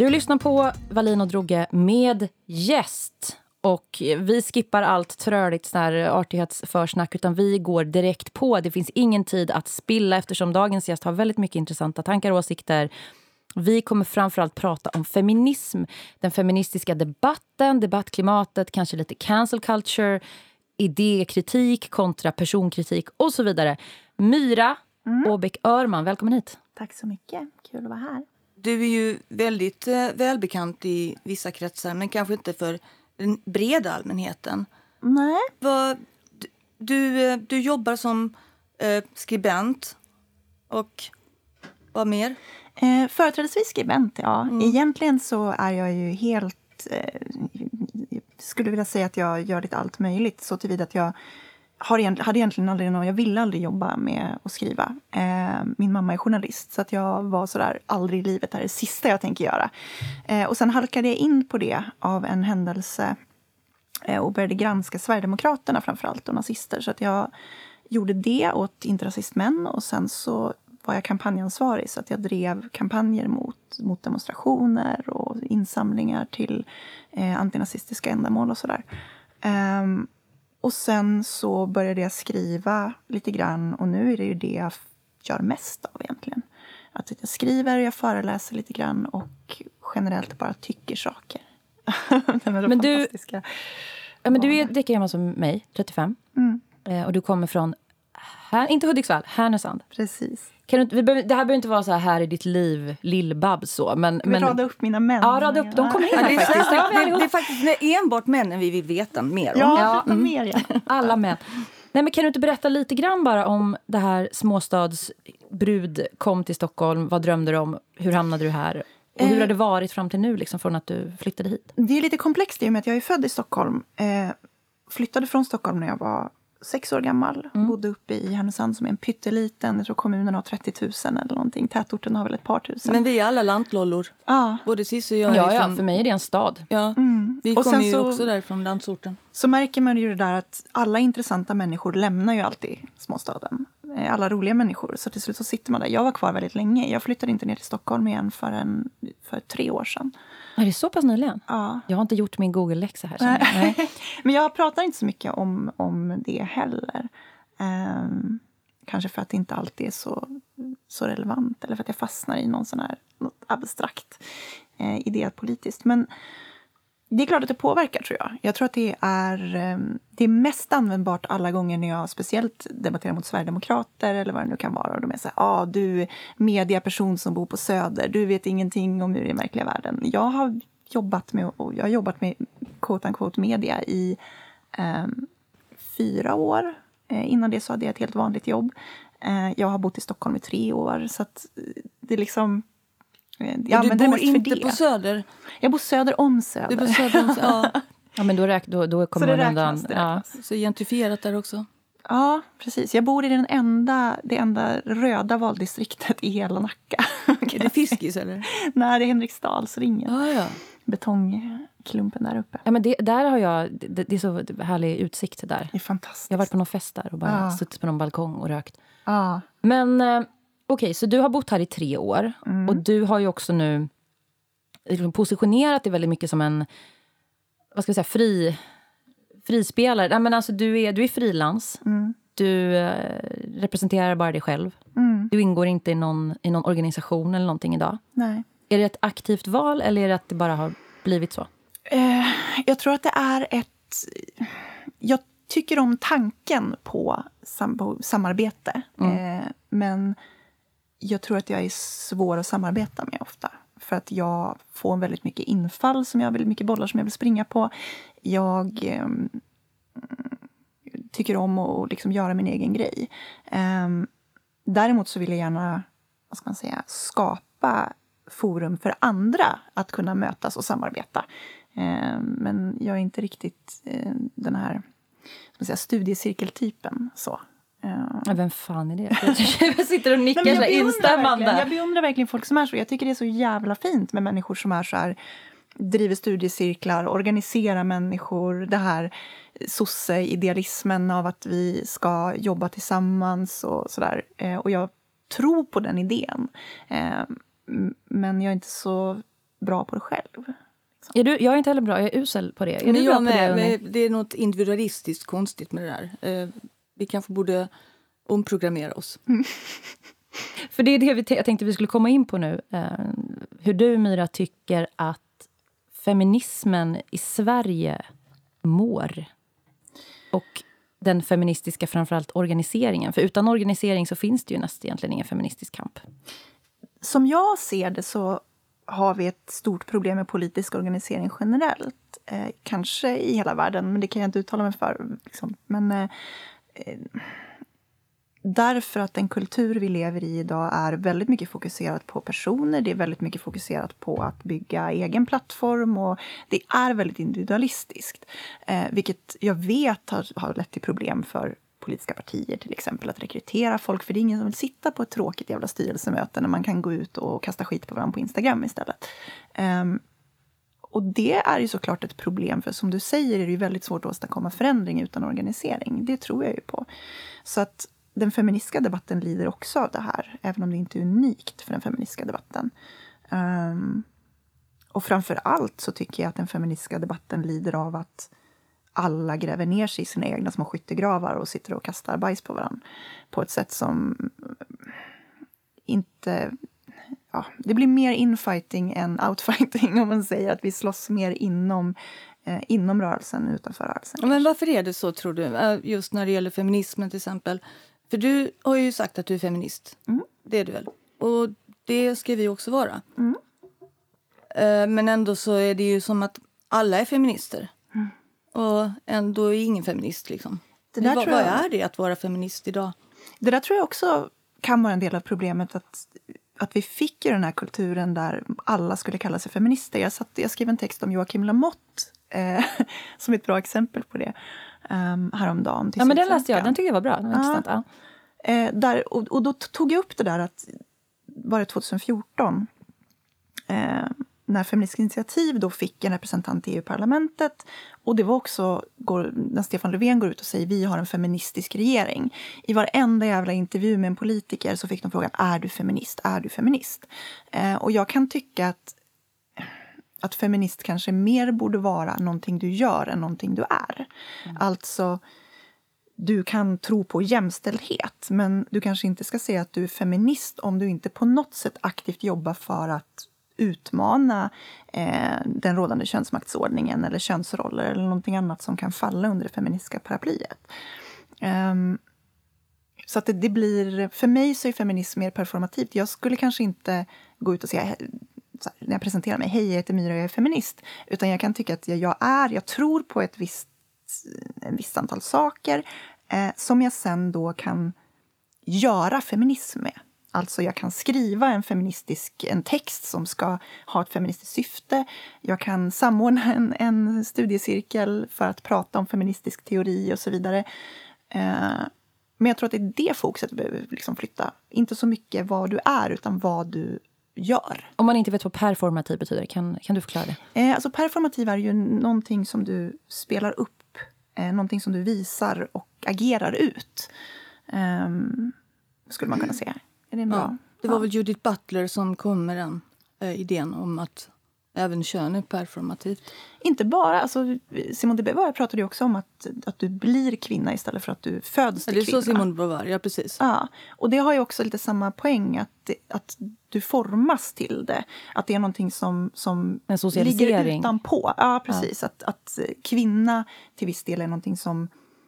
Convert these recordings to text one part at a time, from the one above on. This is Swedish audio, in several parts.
Du lyssnar på Wallin och Droge med gäst. Och vi skippar allt tröligt sån här artighetsförsnack, utan vi går direkt på. Det finns ingen tid att spilla eftersom dagens gäst har väldigt mycket intressanta tankar och åsikter. Vi kommer framförallt prata om feminism, den feministiska debatten, debattklimatet, kanske lite cancel culture, idékritik kontra personkritik och så vidare. Myra Åbäck Örman, välkommen hit. Tack så mycket, kul att vara här. Du är ju väldigt välbekant i vissa kretsar, men kanske inte för den breda allmänheten. Nej. Du jobbar som skribent och vad mer? Företrädesvis skribent, ja. Egentligen så är jag ju helt... skulle vilja säga att jag gör lite allt möjligt. Så tillvida att jag hade egentligen aldrig jag ville aldrig jobba med att skriva. Min mamma är journalist, så att jag var sådär, aldrig i livet, det här är det sista jag tänker göra. Och sen halkade jag in på det av en händelse och började granska Sverigedemokraterna framförallt och nazister. Så att jag gjorde det åt Inte rasistmän, och sen så var jag kampanjansvarig, så att jag drev kampanjer mot demonstrationer och insamlingar till antinazistiska ändamål och sådär. Och sen så började jag skriva lite grann, och nu är det ju det jag gör mest av egentligen. Att jag skriver, jag föreläser lite grann och generellt bara tycker saker. Men du är lika gammal som mig, 35. Och du kommer från, inte Hudiksvall, Härnösand. Precis. Det här behöver inte vara så här i ditt liv, Lill-Babs så. Men rada upp mina män. Ja, rada upp. De kommer in faktiskt. Det är faktiskt enbart männen vi vill veta mer om. Ja, mer, ja. Alla män. Nej, men kan du inte berätta lite grann bara om det här småstadsbrud kom till Stockholm? Vad drömde du om? Hur hamnade du här? Och hur har det varit fram till nu liksom, från att du flyttade hit? Det är lite komplext i och med att jag är född i Stockholm. Flyttade från Stockholm när jag var 6 år gammal. Bodde uppe i Härnösand som är en pytteliten. Jag tror kommunen har 30 000 eller någonting. Tätorten har väl ett par tusen. Men vi är alla lantlollor. Ja. Både Cissi och jag. Ja, för mig är det en stad. Ja. Vi kommer ju också där från landsorten. Så märker man ju det där att alla intressanta människor lämnar ju alltid småstaden. Alla roliga människor. Så till slut så sitter man där. Jag var kvar väldigt länge. Jag flyttade inte ner till Stockholm igen för 3 år sedan. Är det så pass nyligen? Ja. Jag har inte gjort min Google-läxa här. Nej. Men jag pratar inte så mycket om det heller. Kanske för att det inte alltid är så relevant. Eller för att jag fastnar i något abstrakt idé politiskt. Men det är klart att det påverkar, tror jag. Jag tror att det är mest användbart alla gånger när jag speciellt debatterar mot Sverigedemokrater eller vad det nu kan vara. Och de är så här, du är mediaperson som bor på Söder. Du vet ingenting om hur det är i märkliga världen. Jag har jobbat med quote unquote media i 4 år. Innan det så hade jag ett helt vanligt jobb. Jag har bott i Stockholm i 3 år. Så att det är liksom... Ja, men du bor inte på Söder? Jag bor söder om Söder. Du bor söder om Söder, ja. Ja, men då kommer man undan. Det räknas. Så gentrifierat där också? Ja, precis. Jag bor i det enda röda valdistriktet i hela Nacka. Är det Fiskis eller? Nej, det är Henriksdalsringen. Ja. Betongklumpen där uppe. Ja, men där har jag... Det är så härlig utsikt där. Det är fantastiskt. Jag har varit på någon fest där och bara suttit på någon balkong och rökt. Ja. Men... Okej, så du har bott här i 3 år. Och du har ju också nu positionerat dig väldigt mycket som en, vad ska vi säga, frispelare. Nej, men alltså du är frilans. Du representerar bara dig själv. Du ingår inte i någon organisation eller någonting idag. Nej. Är det ett aktivt val eller är det att det bara har blivit så? Jag tror att det är jag tycker om tanken på samarbete. Men jag tror att jag är svår att samarbeta med ofta. För att jag får väldigt mycket infall som jag vill, mycket bollar som jag vill springa på. Jag tycker om att liksom göra min egen grej. Däremot så vill jag gärna, vad ska man säga, skapa forum för andra att kunna mötas och samarbeta. Men jag är inte riktigt den här, ska man säga, studiecirkeltypen så. Vem fan är det? Jag sitter och nickar så instämmande. Jag beundrar verkligen folk som är så. Jag tycker det är så jävla fint med människor som är så här, driver studiecirklar, organiserar människor, det här sosse-idealismen av att vi ska jobba tillsammans och sådär. Och jag tror på den idén. Men jag är inte så bra på det själv. Jag är inte heller bra, jag är usel på det. Är men du bra jag på med, det? det är något individualistiskt konstigt med det där. Vi kanske borde omprogrammera oss. För det är det jag tänkte vi skulle komma in på nu. Hur du, Myra, tycker att feminismen i Sverige mår. Och den feministiska, framförallt organiseringen. För utan organisering så finns det ju nästan egentligen ingen feministisk kamp. Som jag ser det så har vi ett stort problem med politisk organisering generellt. Kanske i hela världen, men det kan jag inte uttala mig för. Liksom. Men därför att den kultur vi lever i idag är väldigt mycket fokuserat på personer. Det är väldigt mycket fokuserat på att bygga egen plattform. Och det är väldigt individualistiskt. Vilket jag vet har lett till problem för politiska partier till exempel. Att rekrytera folk. För det är ingen som vill sitta på ett tråkigt jävla styrelsemöte när man kan gå ut och kasta skit på varandra på Instagram istället. Och det är ju såklart ett problem. För som du säger är det ju väldigt svårt att åstadkomma förändring utan organisering. Det tror jag ju på. Så att den feministiska debatten lider också av det här. Även om det inte är unikt för den feministiska debatten. Och framför allt så tycker jag att den feministiska debatten lider av att alla gräver ner sig i sina egna små skyttegravar och sitter och kastar bajs på varandra. På ett sätt som inte... Ja, det blir mer infighting än outfighting om man säger att vi slåss mer inom rörelsen utanför rörelsen. Men varför är det så, tror du? Just när det gäller feminismen till exempel. För du har ju sagt att du är feminist. Det är du väl? Och det ska vi också vara. Men ändå så är det ju som att alla är feminister. Och ändå är ingen feminist liksom. Vad är det att vara feminist idag? Det där tror jag också kan vara en del av problemet. Att vi fick ju den här kulturen där alla skulle kalla sig feminister. Jag skrev en text om Joakim Lamotte som ett bra exempel på det häromdagen. Ja, men den läste jag. Den tycker jag var bra. Den var intressant. Och då tog jag upp det där att var det 2014 när Feministiskt initiativ då fick en representant i EU-parlamentet. Och det var också när Stefan Löfven går ut och säger vi har en feministisk regering. I varenda jävla intervju med en politiker så fick de frågan är du feminist? Är du feminist? Och jag kan tycka att feminist kanske mer borde vara någonting du gör än någonting du är. Alltså, du kan tro på jämställdhet men du kanske inte ska säga att du är feminist om du inte på något sätt aktivt jobbar för att utmana den rådande könsmaktsordningen eller könsroller eller någonting annat som kan falla under det feministiska paraplyet. Så att det blir, för mig så är feminism mer performativt. Jag skulle kanske inte gå ut och säga när jag presenterar mig, hej jag heter Myra, jag är feminist. Utan jag kan tycka att jag tror på en visst antal saker som jag sen då kan göra feminism med. Alltså jag kan skriva en text som ska ha ett feministiskt syfte. Jag kan samordna en studiecirkel för att prata om feministisk teori och så vidare. Men jag tror att det är det fokuset behöver liksom flytta. Inte så mycket vad du är utan vad du gör. Om man inte vet vad performativ betyder, kan du förklara det? Alltså performativ är ju någonting som du spelar upp. Någonting som du visar och agerar ut. Skulle man kunna säga. Är det bra? Ja, det var väl Judith Butler som kom med den idén om att även kön är performativt. Inte bara, alltså Simone de Beauvoir pratade ju också om att du blir kvinna istället för att du föds till kvinna. Det är så Simone de Beauvoir, ja precis. Ja, och det har ju också lite samma poäng att du formas till det. Att det är någonting som en socialisering. Ligger utanpå. Ja, precis. Ja. Att kvinna till viss del är någonting som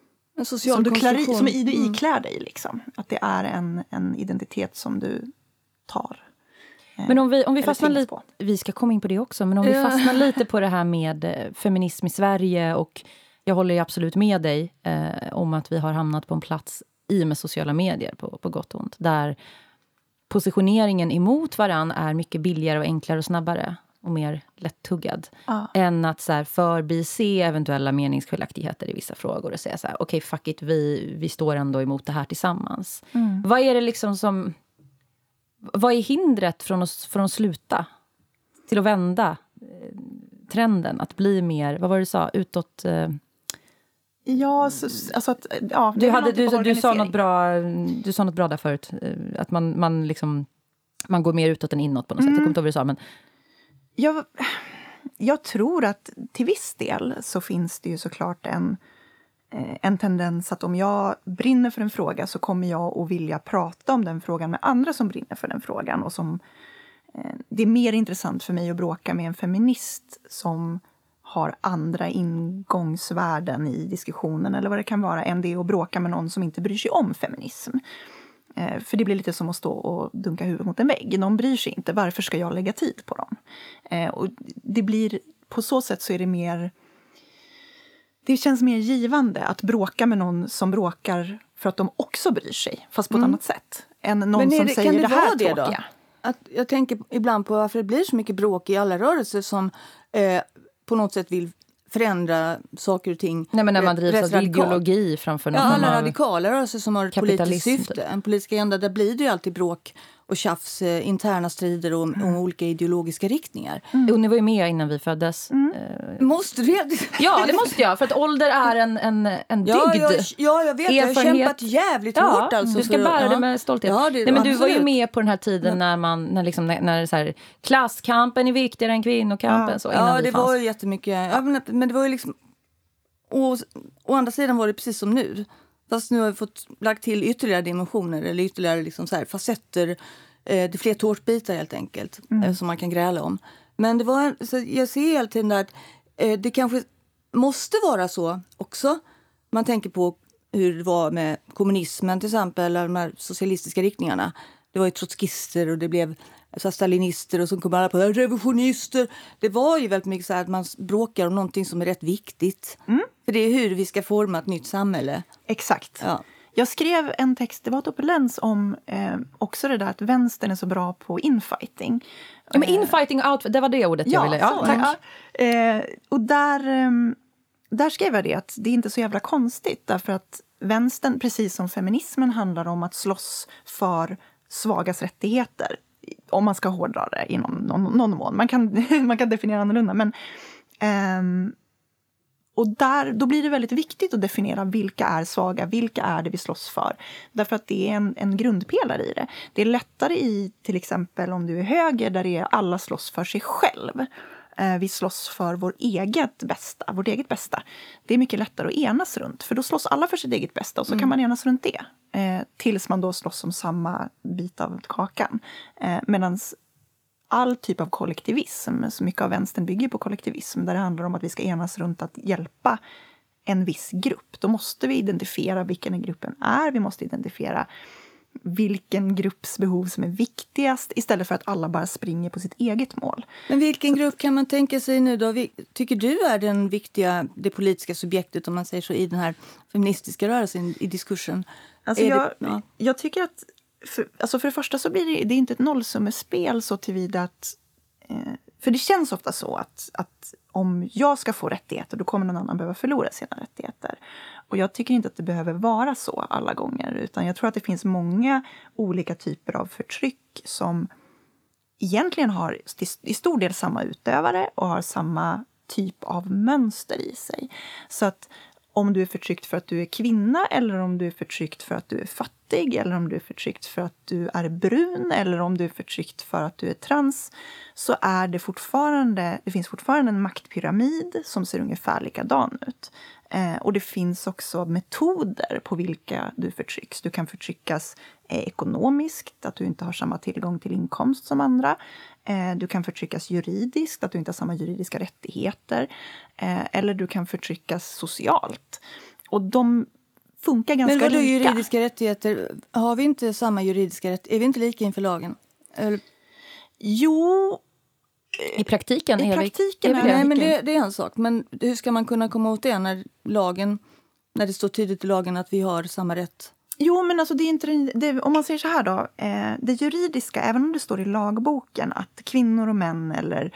du iklär dig liksom. Att det är en identitet som du tar. Men om vi fastnar lite, vi ska komma in på det också, men om vi fastnar lite på det här med feminism i Sverige, och jag håller ju absolut med dig om att vi har hamnat på en plats i och med sociala medier på gott och ont, där positioneringen emot varann är mycket billigare och enklare och snabbare och mer lättuggad än att så här, förbise eventuella meningsskiljaktigheter i vissa frågor och säga så här, okej, fuck it, vi står ändå emot det här tillsammans. Vad är det liksom vad är hindret från att sluta till att vända trenden, att bli mer, vad var det du sa, utåt? Ja, alltså att du sa något bra där förut, att man går mer utåt än inåt på något sätt. Jag kommer inte ihåg vad du sa, men Jag tror att till viss del så finns det ju såklart en tendens att om jag brinner för en fråga så kommer jag att vilja prata om den frågan med andra som brinner för den frågan. Och det är mer intressant för mig att bråka med en feminist som har andra ingångsvärden i diskussionen eller vad det kan vara, än det att bråka med någon som inte bryr sig om feminism. För det blir lite som att stå och dunka huvudet mot en vägg. Någon bryr sig inte. Varför ska jag lägga tid på dem? Och det blir, på så sätt så är det mer... Det känns mer givande att bråka med någon som bråkar för att de också bryr sig. Fast på ett annat sätt. Än någon som säger det här tråkiga. Att jag tänker ibland på varför det blir så mycket bråk i alla rörelser som på något sätt vill förändra saker och ting. Nej, men när man drivs av ideologi framför någon alla radikala rörelser som har ett politiskt syfte. Typ. En politisk agenda, där blir det ju alltid bråk och tjafs, interna strider om olika ideologiska riktningar. Och ni var ju med innan vi föddes. Måste du? Ja, det måste jag. För att ålder är en dygd. Ja, jag vet. Jag har kämpat jävligt hårt. Alltså, du ska bära det med stolthet. Ja, Nej, men du var ju med på den här tiden när så här, klasskampen är viktigare än kvinnokampen. Så, innan det var ju jättemycket. Ja, men det var ju liksom... Och å andra sidan var det precis som nu. Fast nu har vi fått lagt till ytterligare dimensioner eller ytterligare liksom så här facetter. Det är fler tårtbitar helt enkelt som man kan gräla om. Men det var så jag ser hela tiden att det kanske måste vara så också. Man tänker på hur det var med kommunismen till exempel, eller de här socialistiska riktningarna. Det var ju trotskister och det blev så stalinister och så kom alla på revisionister. Det var ju väldigt mycket så här att man bråkar om någonting som är rätt viktigt. För det är hur vi ska forma ett nytt samhälle. Exakt. Ja. Jag skrev en text, det var ett Opulens om också det där att vänstern är så bra på infighting. Ja, men infighting och det var det ordet jag ville. Ja, tack. Och där skrev jag det att det är inte så jävla konstigt. Därför att vänstern, precis som feminismen, handlar om att slåss för svagas rättigheter. Om man ska hårdra det i någon mån. Man kan definiera annorlunda. Men... Och då blir det väldigt viktigt att definiera vilka är svaga, vilka är det vi slåss för. Därför att det är en grundpelare i det. Det är lättare i till exempel om du är höger där det är alla slåss för sig själv. Vi slåss för vårt eget bästa. Det är mycket lättare att enas runt. För då slåss alla för sitt eget bästa och så kan man enas runt det. Tills man då slåss om samma bit av kakan. Medans all typ av kollektivism, så mycket av vänstern bygger på kollektivism, där det handlar om att vi ska enas runt att hjälpa en viss grupp. Då måste vi identifiera vilken gruppen är, vi måste identifiera vilken grupps behov som är viktigast, istället för att alla bara springer på sitt eget mål. Men vilken grupp kan man tänka sig nu då? Tycker du är det politiska subjektet, om man säger så, i den här feministiska rörelsen, i diskursen? Alltså jag tycker att för det första så blir det är inte ett nollsummespel så tillvida att... För det känns ofta så att om jag ska få rättigheter, då kommer någon annan behöva förlora sina rättigheter. Och jag tycker inte att det behöver vara så alla gånger. Utan jag tror att det finns många olika typer av förtryck som egentligen har i stor del samma utövare och har samma typ av mönster i sig. Så att om du är förtryckt för att du är kvinna, eller om du är förtryckt för att du är fattig, eller om du är förtryckt för att du är brun, eller om du är förtryckt för att du är trans, så är det finns fortfarande en maktpyramid som ser ungefär likadan ut. Och det finns också metoder på vilka du förtrycks. Du kan förtryckas ekonomiskt, att du inte har samma tillgång till inkomst som andra. Du kan förtryckas juridiskt, att du inte har samma juridiska rättigheter. Eller du kan förtryckas socialt. Och de funkar ganska lika. Men vadå juridiska rättigheter? Har vi inte samma juridiska rättigheter? Är vi inte lika inför lagen? Eller? Jo... I praktiken är det. Nej, men det är en sak. Men hur ska man kunna komma åt det när det står tydligt i lagen att vi har samma rätt? Jo, men alltså det är inte om man säger så här då, det juridiska, även om det står i lagboken att kvinnor och män eller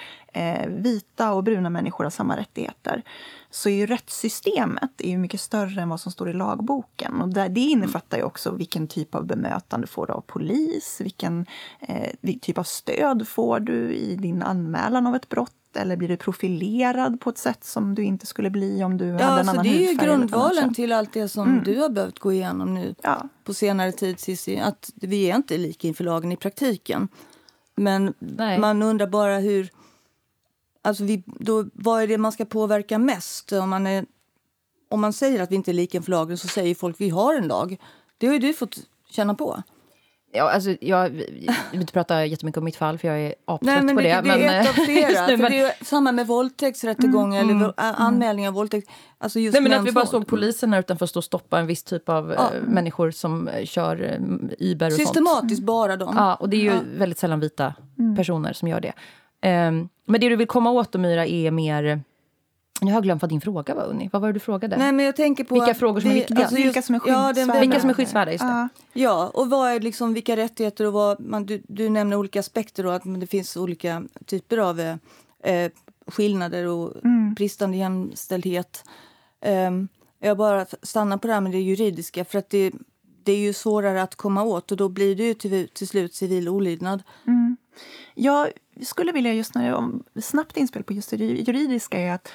vita och bruna människor har samma rättigheter, så är ju rättssystemet mycket större än vad som står i lagboken. Och det innefattar ju också vilken typ av bemötande får du av polis, vilken typ av stöd får du i din anmälan av ett brott, eller blir du profilerad på ett sätt som du inte skulle bli om du hade en annan hudfärg? Ja, det är ju grundvalen till allt det som du har behövt gå igenom nu på senare tid, Cissi, att vi är inte lika inför lagen i praktiken. Men man undrar bara hur Alltså vad är det man ska påverka mest? Om man säger att vi inte är lika inför lagen så säger folk vi har en lag. Det har ju du fått känna på. Ja, alltså, jag vill inte prata jättemycket om mitt fall för jag är aptrött på det. Det är ett av flera. För det är samma med våldtäktsrättegång eller anmälning av våldtäkt. Alltså just att vi bara såg polisen här utanför stå och stoppa en viss typ av människor som kör Uber och systematiskt sånt. bara dem. Ja, och det är ju väldigt sällan vita personer som gör det. Men det du vill komma åt, Myra, är mer... Nu har jag glömt vad din fråga var, Unni. Vad var det du frågade? Nej, men jag tänker på vilka frågor som är viktiga. Alltså vilka som är skyddsvärda. Vilka som är skyddsvärda, just det. Ja, och vad är liksom vilka rättigheter och du nämner olika aspekter och att det finns olika typer av skillnader och bristande jämställdhet. Jag bara stannar på det här med det juridiska för att det är ju svårare att komma åt och då blir det ju till slut civil olydnad. Jag skulle vilja just snabbt inspel på just det juridiska är att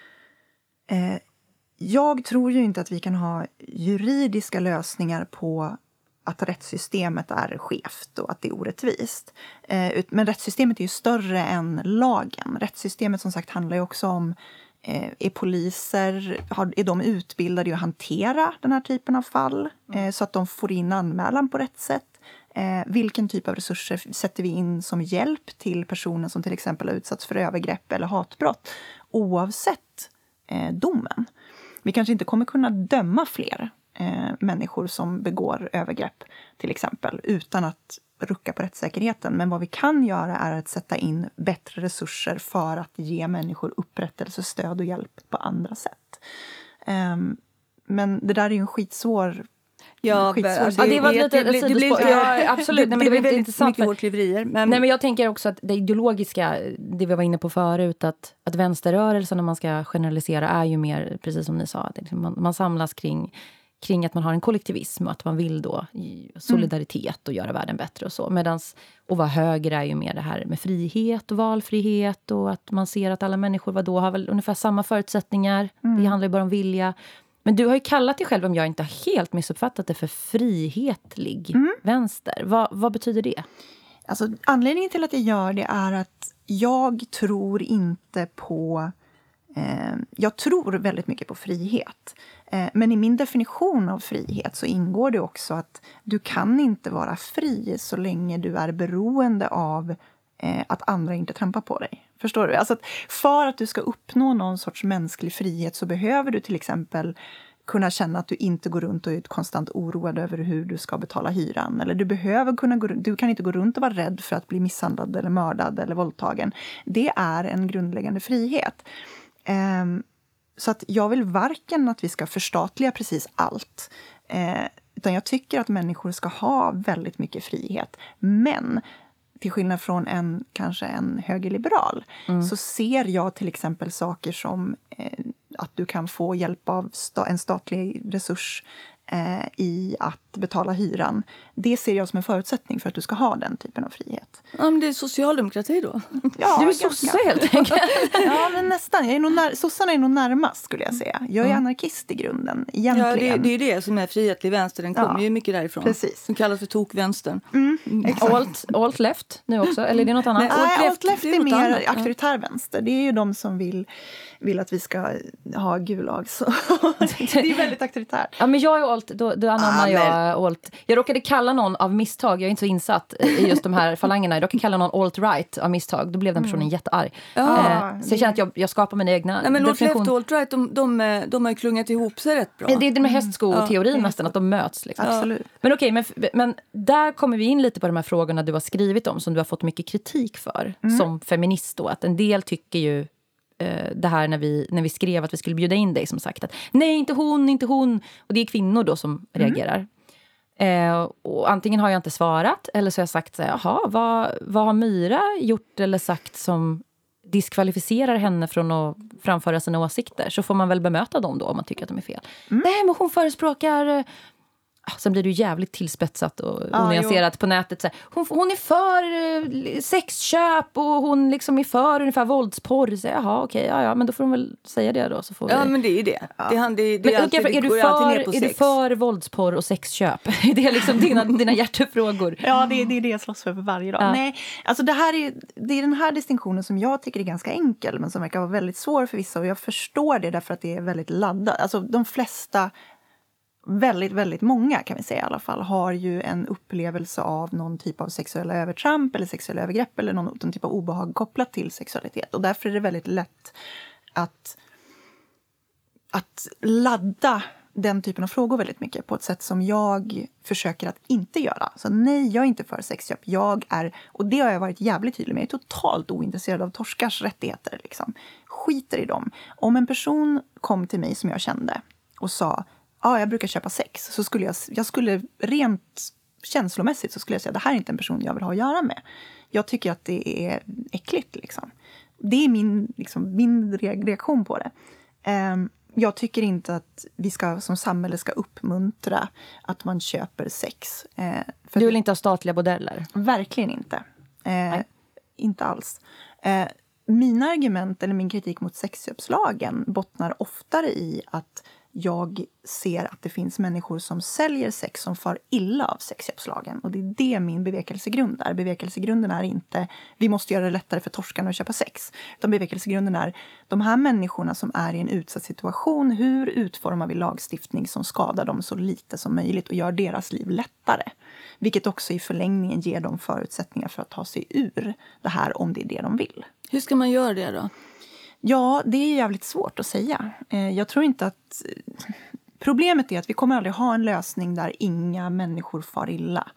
jag tror ju inte att vi kan ha juridiska lösningar på att rättssystemet är skevt och att det är orättvist. Men rättssystemet är ju större än lagen. Rättssystemet som sagt handlar ju också om är poliser, är de utbildade i att hantera den här typen av fall så att de får in anmälan på rätt sätt. Vilken typ av resurser sätter vi in som hjälp till personer som till exempel har utsatts för övergrepp eller hatbrott oavsett domen. Vi kanske inte kommer kunna döma fler människor som begår övergrepp till exempel utan att rucka på rättssäkerheten. Men vad vi kan göra är att sätta in bättre resurser för att ge människor upprättelse, stöd och hjälp på andra sätt. Men det där är ju en skitsvår... Ja, det var lite sidospår. Ja, absolut. Det blir väldigt intressant mycket hårkliverier. Nej, men jag tänker också att det ideologiska, det vi var inne på förut, att vänsterrörelsen, om man ska generalisera, är ju mer, precis som ni sa, att man samlas kring att man har en kollektivism och att man vill då solidaritet och göra världen bättre och så. Och vara höger är ju mer det här med frihet och valfrihet och att man ser att alla människor har väl ungefär samma förutsättningar. Det handlar ju bara om vilja. Men du har ju kallat dig själv, om jag inte har helt missuppfattat det, för frihetlig vänster. Vad betyder det? Alltså, anledningen till att jag gör det är att jag tror inte på... jag tror väldigt mycket på frihet. Men i min definition av frihet så ingår det också att du kan inte vara fri så länge du är beroende av att andra inte trampar på dig. Förstår du? Alltså att för att du ska uppnå någon sorts mänsklig frihet så behöver du till exempel kunna känna att du inte går runt och är konstant oroad över hur du ska betala hyran. Eller du kan inte gå runt och vara rädd för att bli misshandlad eller mördad eller våldtagen. Det är en grundläggande frihet. Så att jag vill varken att vi ska förstatliga precis allt. Utan jag tycker att människor ska ha väldigt mycket frihet. Men till skillnad från kanske en högerliberal så ser jag till exempel saker som att du kan få hjälp av en statlig resurs i att betala hyran. Det ser jag som en förutsättning för att du ska ha den typen av frihet. Ja, men det är socialdemokrati då. Ja, du är sosse helt enkelt. Ja, men nästan. Sossarna är nog närmast skulle jag säga. Jag är anarkist i grunden, egentligen. Ja, det är det som är frihetlig vänster. Den kommer ju mycket därifrån. Precis. Som kallas för tokvänstern. Alt left nu också, eller är det något annat? Nej, alt left är mer auktoritär vänster. Det är ju de som vill att vi ska ha gulag. Så det är väldigt auktoritärt. Ja, men jag är alt, då anammar jag alt. Jag råkade kalla någon av misstag, jag är inte så insatt i just de här falangerna. Jag råkade kalla någon alt-right av misstag. Då blev den personen jättearg. Så jag känner att jag skapar mina egna men alt-left och alt-right, de har ju klungat ihop sig rätt bra. Det är det med hästsko-teorin nästan, att de möts. Liksom. Absolut. Men okej, men där kommer vi in lite på de här frågorna du har skrivit om, som du har fått mycket kritik för som feminist då. Att en del tycker ju det här när vi skrev att vi skulle bjuda in dig, som sagt att nej, inte hon. Och det är kvinnor då som reagerar. Och antingen har jag inte svarat, eller så har jag sagt så här, jaha, vad har Myra gjort eller sagt som diskvalificerar henne från att framföra sina åsikter? Så får man väl bemöta dem då om man tycker att de är fel. Nej, men hon förespråkar Sen blir det ju jävligt tillspetsat och onyanserat på nätet. Så här, hon är för sexköp och hon liksom är för ungefär våldsporr. Så, jaha, okej, ja, men då får hon väl säga det då. Så får ja, vi... men det är ju det. Ja. Det är alltid, är du för våldsporr och sexköp? Det är liksom dina hjärtefrågor. Ja, det är det jag slåss för varje dag. Ja. Nej, alltså det är den här distinktionen som jag tycker är ganska enkel men som verkar vara väldigt svår för vissa. Och jag förstår det därför att det är väldigt laddat. Alltså de flesta... Väldigt, väldigt många kan vi säga i alla fall har ju en upplevelse av någon typ av sexuella övertramp eller sexuella övergrepp eller någon typ av obehag kopplat till sexualitet. Och därför är det väldigt lätt att ladda den typen av frågor väldigt mycket på ett sätt som jag försöker att inte göra. Så nej, jag är inte för sexköp. Och det har jag varit jävligt tydlig med, jag är totalt ointresserad av torskars rättigheter. Liksom. Skiter i dem. Om en person kom till mig som jag kände och sa jag brukar köpa sex, så skulle jag skulle rent känslomässigt så skulle jag säga det här är inte en person jag vill ha att göra med. Jag tycker att det är äckligt. Liksom. Det är min reaktion på det. Jag tycker inte att vi som samhälle ska uppmuntra att man köper sex. För du vill inte ha statliga bordeller? Verkligen inte. Inte alls. Mina argument eller min kritik mot sexköpslagen bottnar oftare i att jag ser att det finns människor som säljer sex som far illa av sexköpslagen. Och det är det min bevekelsegrund är. Bevekelsegrunden är inte vi måste göra det lättare för torskarna att köpa sex. Utan bevekelsegrunden är de här människorna som är i en utsatt situation. Hur utformar vi lagstiftning som skadar dem så lite som möjligt och gör deras liv lättare? Vilket också i förlängningen ger dem förutsättningar för att ta sig ur det här om det är det de vill. Hur ska man göra det då? Ja, det är jävligt svårt att säga. Jag tror inte att... Problemet är att vi kommer aldrig ha en lösning där inga människor far illa.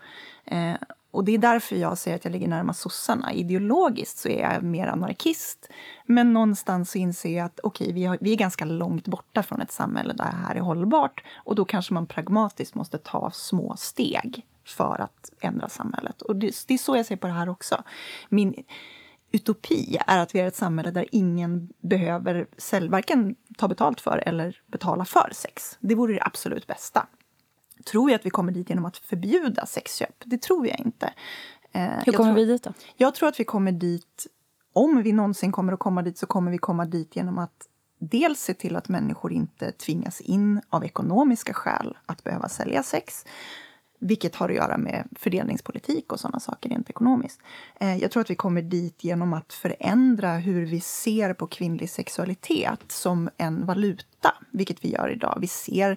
Och det är därför jag säger att jag ligger närmast sossarna. Ideologiskt så är jag mer anarkist. Men någonstans så inser jag att vi är ganska långt borta från ett samhälle där det här är hållbart. Och då kanske man pragmatiskt måste ta små steg för att ändra samhället. Och det är så jag ser på det här också. Min utopi är att vi är ett samhälle där ingen behöver varken ta betalt för eller betala för sex. Det vore det absolut bästa. Tror jag att vi kommer dit genom att förbjuda sexköp? Det tror jag inte. Hur kommer vi dit då? Jag tror att vi kommer dit, om vi någonsin kommer att komma dit, så kommer vi komma dit genom att dels se till att människor inte tvingas in av ekonomiska skäl att behöva sälja sex. Vilket har att göra med fördelningspolitik och sådana saker rent ekonomiskt. Jag tror att vi kommer dit genom att förändra hur vi ser på kvinnlig sexualitet som en valuta. Vilket vi gör idag. Vi ser,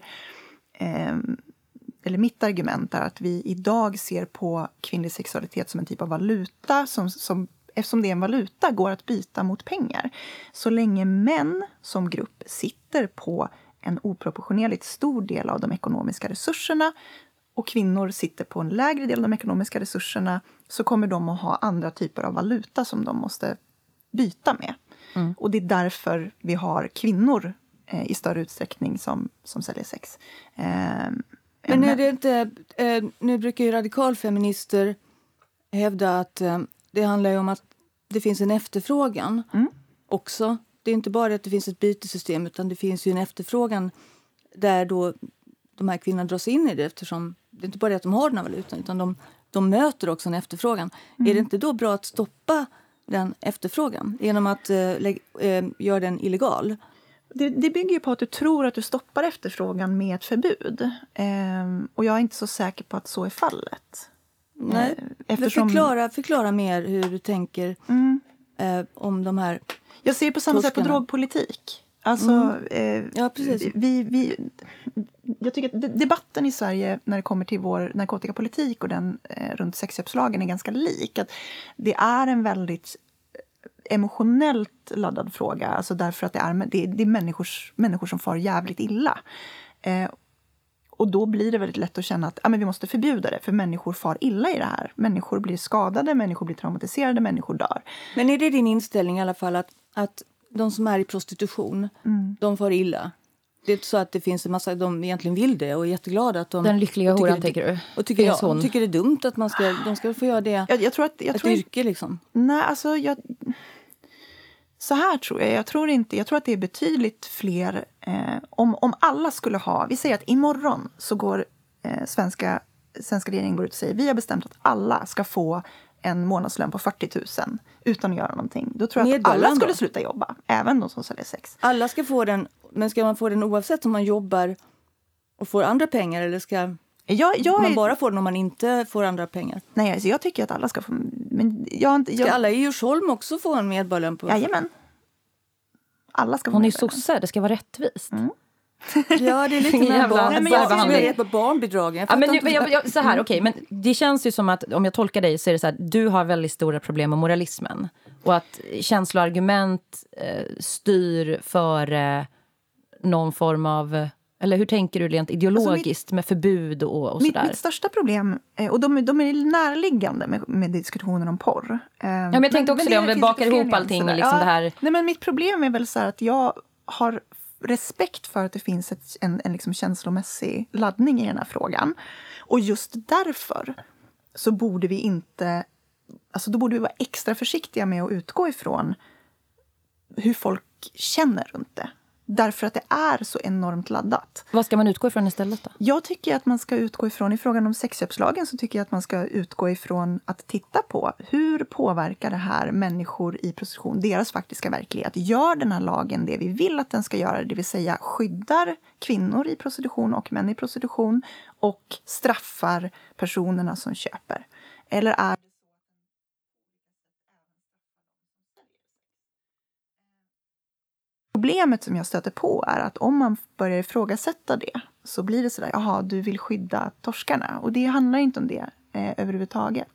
eller mitt argument är att vi idag ser på kvinnlig sexualitet som en typ av valuta som eftersom det är en valuta går att byta mot pengar. Så länge män som grupp sitter på en oproportionerligt stor del av de ekonomiska resurserna och kvinnor sitter på en lägre del av de ekonomiska resurserna, så kommer de att ha andra typer av valuta som de måste byta med. Mm. Och det är därför vi har kvinnor i större utsträckning som säljer sex. Men är det inte, nu brukar ju radikalfeminister hävda att det handlar ju om att det finns en efterfrågan också. Det är inte bara att det finns ett bytesystem, utan det finns ju en efterfrågan där då de här kvinnorna dras in i det, eftersom det är inte bara det att de har den här valutan, utan de möter också en efterfrågan. Är det inte då bra att stoppa den efterfrågan genom att göra den illegal? Det bygger ju på att du tror att du stoppar efterfrågan med ett förbud. Och jag är inte så säker på att så är fallet. Nej, förklara mer hur du tänker om de här. Jag ser på samma sätt på drogpolitik. Alltså, ja, precis. Jag tycker att debatten i Sverige när det kommer till vår narkotikapolitik och den runt sexköpslagen är ganska lik. Att det är en väldigt emotionellt laddad fråga. Alltså därför att det är människor som far jävligt illa. Och då blir det väldigt lätt att känna att vi måste förbjuda det. För människor far illa i det här. Människor blir skadade, människor blir traumatiserade, människor dör. Men är det din inställning i alla fall att de som är i prostitution, de far illa? Det är så att det finns en massa, de egentligen vill det och är jätteglada att de... Den lyckliga horan, tänker du? Och tycker det är dumt att de ska få göra det. Jag tror ett yrke liksom. Nej, alltså så här tror jag. Jag tror att det är betydligt fler. Om alla skulle ha... Vi säger att imorgon så går svenska regeringen går ut och säger vi har bestämt att alla ska få en månadslön på 40 000 utan att göra någonting. Då tror jag att alla skulle sluta jobba, även de som säljer sex. Alla ska få den, men ska man få den oavsett om man jobbar och får andra pengar eller ska man bara få den om man inte får andra pengar? Nej, alltså jag tycker att alla ska få... Men ska alla i Djursholm också få en medborgarlön på? Jajamän. Alla ska få Hon är sosse, det ska vara rättvist. Mm. Ja, det är lite mer på barnbidragen. Så här, okej, men det känns ju som att, om jag tolkar dig så är det så här, du har väldigt stora problem med moralismen. Och att känsloargument styr för någon form av... Eller hur tänker du rent ideologiskt med förbud och sådär? Mitt största problem, och de är närliggande med diskussionen om porr. Men jag tänkte också det, om vi bakar ihop allting. Liksom det här. Nej, men mitt problem är väl så här att jag har respekt för att det finns en liksom känslomässig laddning i den här frågan. Och just därför så borde vi inte... Alltså då borde vi vara extra försiktiga med att utgå ifrån hur folk känner runt det. Därför att det är så enormt laddat. Vad ska man utgå ifrån istället då? Jag tycker att man ska utgå ifrån, i frågan om sexköpslagen så tycker jag att man ska utgå ifrån att titta på hur påverkar det här människor i prostitution, deras faktiska verklighet. Gör den här lagen det vi vill att den ska göra, det vill säga skyddar kvinnor i prostitution och män i prostitution och straffar personerna som köper? Eller är problemet som jag stöter på är att om man börjar ifrågasätta det så blir det sådär, jaha, du vill skydda torskarna. Och det handlar inte om det överhuvudtaget.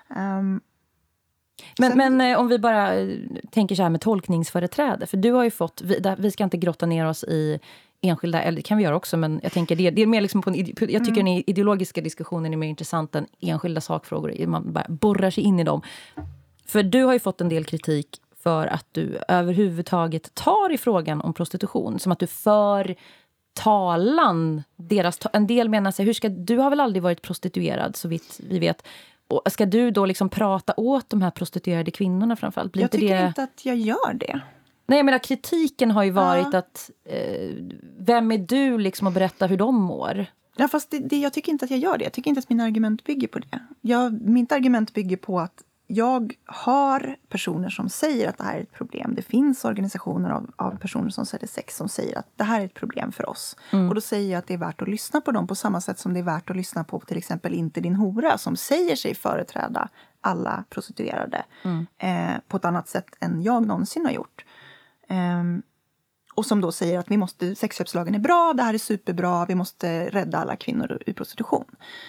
Men om vi bara tänker så här med tolkningsföreträde. För du har ju fått, vi ska inte grotta ner oss i enskilda, eller det kan vi göra också, men jag tänker det är mer liksom jag tycker den ideologiska diskussionen är mer intressant än enskilda sakfrågor. Man bara borrar sig in i dem. För du har ju fått en del kritik för att du överhuvudtaget tar i frågan om prostitution. Som att du för talan. En del menar sig, du har väl aldrig varit prostituerad så vitt vi vet. Och ska du då liksom prata åt de här prostituerade kvinnorna framförallt? Jag tycker inte att jag gör det. Nej, jag menar kritiken har ju varit att vem är du liksom att berätta hur de mår? Ja, fast jag tycker inte att jag gör det. Jag tycker inte att mina argument bygger på det. Mitt argument bygger på att jag har personer som säger att det här är ett problem. Det finns organisationer av personer som säljer sex som säger att det här är ett problem för oss. Och då säger jag att det är värt att lyssna på dem på samma sätt som det är värt att lyssna på till exempel Inte din hora som säger sig företräda alla prostituerade på ett annat sätt än jag någonsin har gjort. Och som då säger att sexköpslagen är bra, det här är superbra, vi måste rädda alla kvinnor ur prostitution.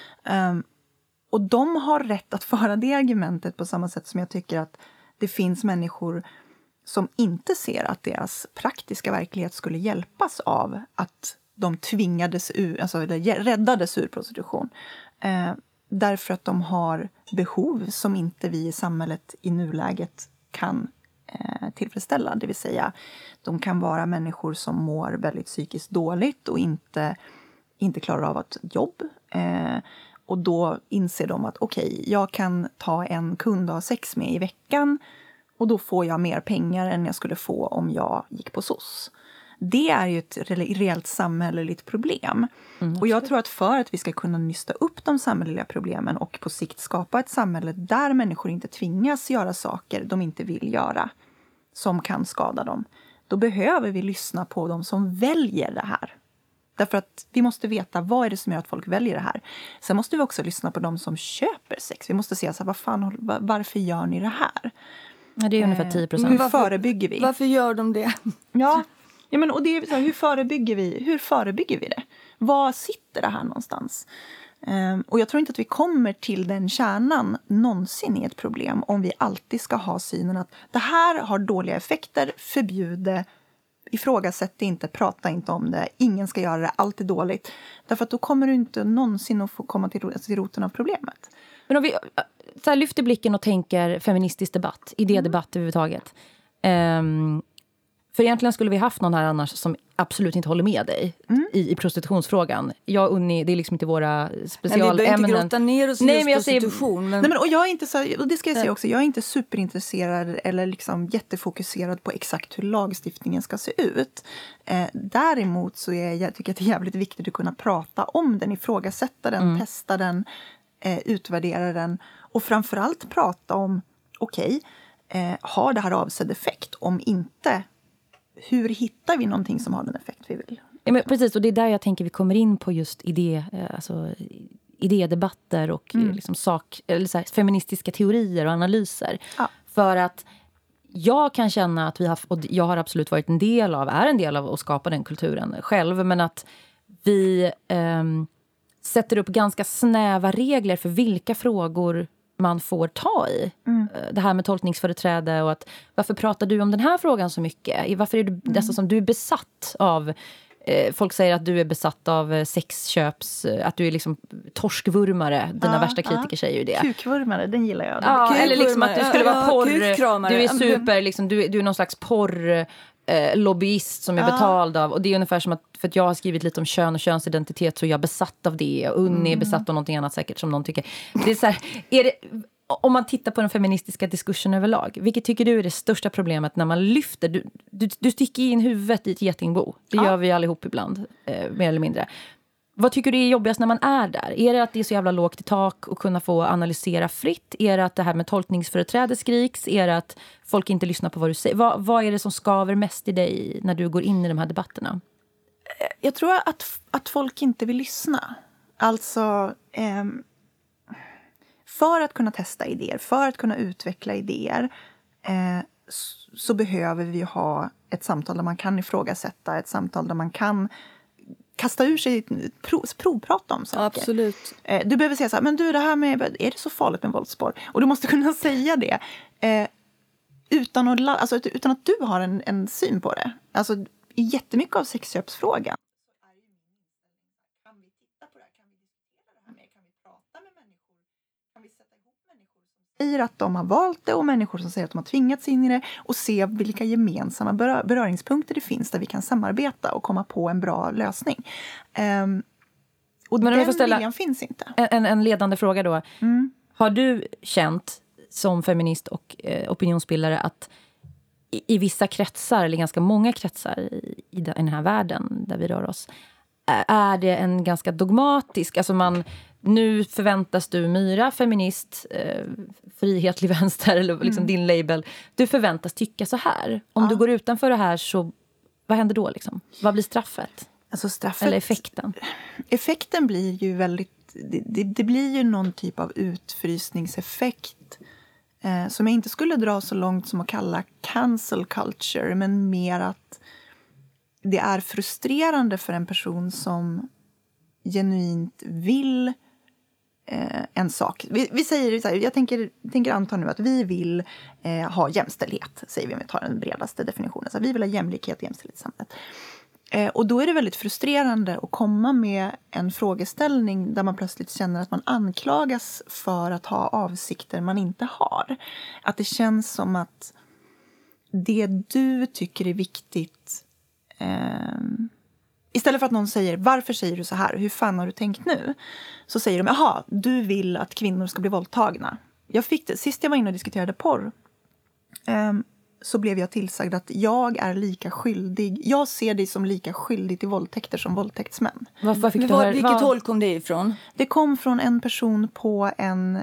Och de har rätt att föra det argumentet på samma sätt som jag tycker att det finns människor som inte ser att deras praktiska verklighet skulle hjälpas av att de tvingades räddades ur prostitution. Därför att de har behov som inte vi i samhället i nuläget kan tillfredsställa. Det vill säga, de kan vara människor som mår väldigt psykiskt dåligt och inte klarar av ett jobb. Och då inser de att okej, jag kan ta en kund och ha sex med i veckan och då får jag mer pengar än jag skulle få om jag gick på SOS. Det är ju ett reellt samhälleligt problem. Och jag tror att för att vi ska kunna nysta upp de samhälleliga problemen och på sikt skapa ett samhälle där människor inte tvingas göra saker de inte vill göra som kan skada dem, då behöver vi lyssna på de som väljer det här. Därför att vi måste veta vad är det som gör att folk väljer det här. Sen måste vi också lyssna på de som köper sex. Vi måste se så här, varför gör ni det här? Ja, det är ungefär 10%. Hur förebygger vi? Varför gör de det? Ja men och det är så här, hur förebygger vi det? Var sitter det här någonstans? Och jag tror inte att vi kommer till den kärnan någonsin i ett problem om vi alltid ska ha synen att det här har dåliga effekter, förbjude, ifrågasätt det inte, prata inte om det, ingen ska göra det, allt är dåligt. Därför att då kommer du inte någonsin att få komma till roten av problemet. Men om vi så här lyfter blicken och tänker feministisk debatt, idédebatt överhuvudtaget. För egentligen skulle vi haft någon här annars som absolut inte håller med dig i prostitutionsfrågan. Jag och Unni, det är liksom inte våra specialämnen. Men vi behöver inte grotta ner oss i prostitution. Nej, men, och jag är inte så, och det ska jag säga också, jag är inte superintresserad eller liksom jättefokuserad på exakt hur lagstiftningen ska se ut. Däremot så tycker jag att det är jävligt viktigt att kunna prata om den, ifrågasätta den, testa den, utvärdera den och framförallt prata om, har det här avsedd effekt? Om inte, hur hittar vi någonting som har den effekt vi vill? Ja, men precis, och det är där jag tänker vi kommer in på just idédebatter och liksom feministiska teorier och analyser. Ja. För att jag kan känna att och jag har absolut varit en del av att skapa den kulturen själv, men att vi sätter upp ganska snäva regler för vilka frågor man får ta i. Det här med tolkningsföreträde och att varför pratar du om den här frågan så mycket? Varför är du nästan som du är besatt av folk säger att du är besatt av sexköps, att du är liksom torskvurmare. Dina värsta kritiker säger ju det. Kukvurmare, den gillar jag. Ja, eller liksom att du skulle vara porr. Du är super, liksom, du är någon slags porr lobbyist som är betald av, och det är ungefär som att, för att jag har skrivit lite om kön och könsidentitet, så är jag besatt av det, och Unni är besatt av någonting annat säkert som någon tycker. Det är så här, om man tittar på den feministiska diskursen överlag, vilket tycker du är det största problemet när man lyfter, du sticker in huvudet i ett getingbo, det gör vi allihop ibland, mer eller mindre. Vad tycker du är jobbigast när man är där? Är det att det är så jävla lågt i tak och kunna få analysera fritt? Är det att det här med tolkningsföreträde skriks? Är det att folk inte lyssnar på vad du säger? Vad är det som skaver mest i dig när du går in i de här debatterna? Jag tror att folk inte vill lyssna. Alltså, för att kunna testa idéer, för att kunna utveckla idéer, så behöver vi ha ett samtal där man kan ifrågasätta, ett samtal där man kan kasta ur sig, provprata om saker. Absolut. Du behöver säga så här, men du, det här med, är det så farligt med våldsporr? Och du måste kunna säga det utan att du har en syn på det. Alltså, jättemycket av sexköpsfrågan. Kan vi titta på det här? Kan vi diskutera det här mer? Kan vi prata med människor? Kan vi sätta ihop människor som säger att de har valt det och människor som säger att de har tvingats in i det, och se vilka gemensamma beröringspunkter det finns där vi kan samarbeta och komma på en bra lösning. Och den viljan finns inte. En ledande fråga då. Har du känt som feminist och opinionsbildare att i vissa kretsar, eller ganska många kretsar i den här världen där vi rör oss, är det en ganska dogmatisk, alltså nu förväntas du, Myra, feminist, frihetlig vänster, eller liksom din label, du förväntas tycka så här. Om du går utanför det här, så vad händer då liksom? Vad blir straffet? Alltså straffet, eller effekten? Effekten blir ju väldigt, det blir ju någon typ av utfrysningseffekt som jag inte skulle dra så långt som att kalla cancel culture, men mer att det är frustrerande för en person som genuint vill en sak. Vi säger så här, jag tänker anta nu att vi vill ha jämställdhet, säger vi om vi tar den bredaste definitionen. Så här, vi vill ha jämlikhet och jämställdhet i samhället. Och då är det väldigt frustrerande att komma med en frågeställning där man plötsligt känner att man anklagas för att ha avsikter man inte har. Att det känns som att det du tycker är viktigt, istället för att någon säger, varför säger du så här? Hur fan har du tänkt nu? Så säger de, jaha, du vill att kvinnor ska bli våldtagna. Jag fick det, sist jag var inne och diskuterade porr, så blev jag tillsagd att jag är lika skyldig. Jag ser dig som lika skyldig till våldtäkter som våldtäktsmän. Vilket håll kom det ifrån? Det kom från en person på en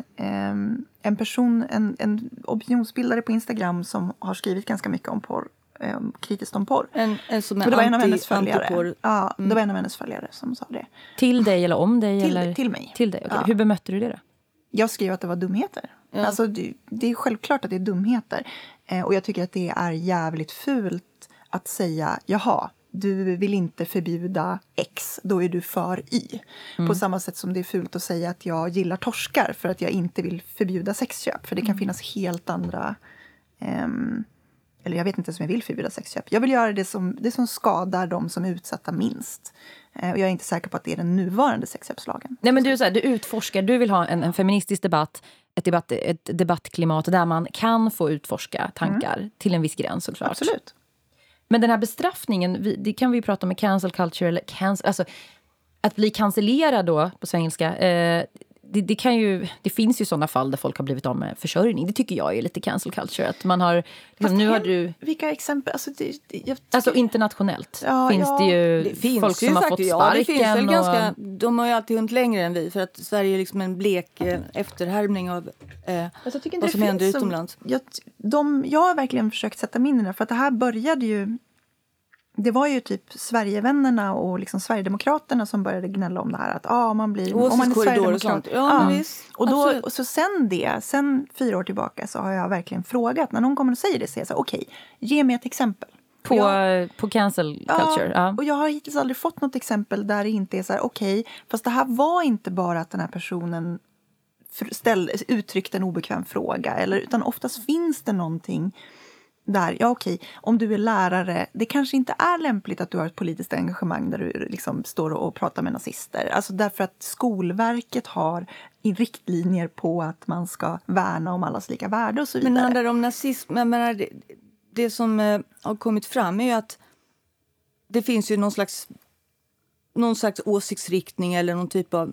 opinionsbildare på Instagram som har skrivit ganska mycket om porr. Kritiskt om porr. En som är det var en av hennes följare. Antiporr. Ja, det var en av hennes följare som sa det. Till dig eller om dig? Till mig. Till dig, okay. Ja. Hur bemötte du det då? Jag skrev att det var dumheter. Ja. Alltså, det är självklart att det är dumheter. Och jag tycker att det är jävligt fult att säga, jaha, du vill inte förbjuda X, då är du för Y. På samma sätt som det är fult att säga att jag gillar torskar för att jag inte vill förbjuda sexköp. För det kan finnas helt andra... eller jag vet inte som jag vill förbjuda sexköp. Jag vill göra det som skadar de som är utsatta minst. Och jag är inte säker på att det är den nuvarande sexköpslagen. Nej, men du utforskar, du vill ha en feministisk debatt, ett debattklimat där man kan få utforska tankar till en viss gräns, såklart. Absolut. Men den här bestraffningen, det kan vi ju prata om med cancel culture, eller alltså att bli cancellerad då på svengelska. Det finns ju sådana fall där folk har blivit av med försörjning. Det tycker jag är lite cancel culture. Att man har, liksom, nu har du... Vilka exempel? Alltså internationellt finns det ju det folk som har fått sparken. Det finns väl ganska, de har ju alltid hunnit längre än vi. För att Sverige är liksom en blek efterhärmning av vad som händer utomlands. Jag har verkligen försökt sätta mig in i det. För att det här började ju... Det var ju typ Sverigevännerna och liksom Sverigedemokraterna som började gnälla om det här. Att om man är Sverigedemokrat. Och då, och så sen 4 år tillbaka så har jag verkligen frågat. När någon kommer och säger det så är jag så okej, ge mig ett exempel. På cancel culture. Ja. Och jag har hittills aldrig fått något exempel där det inte är så här okej. Fast det här var inte bara att den här personen uttryckte en obekväm fråga. Utan oftast finns det någonting... Där, om du är lärare, det kanske inte är lämpligt att du har ett politiskt engagemang där du liksom står och pratar med nazister. Alltså därför att Skolverket har riktlinjer på att man ska värna om allas lika värde och så vidare. Men handlar det om nazism? Jag menar, det som har kommit fram är ju att det finns ju någon slags åsiktsriktning eller någon typ av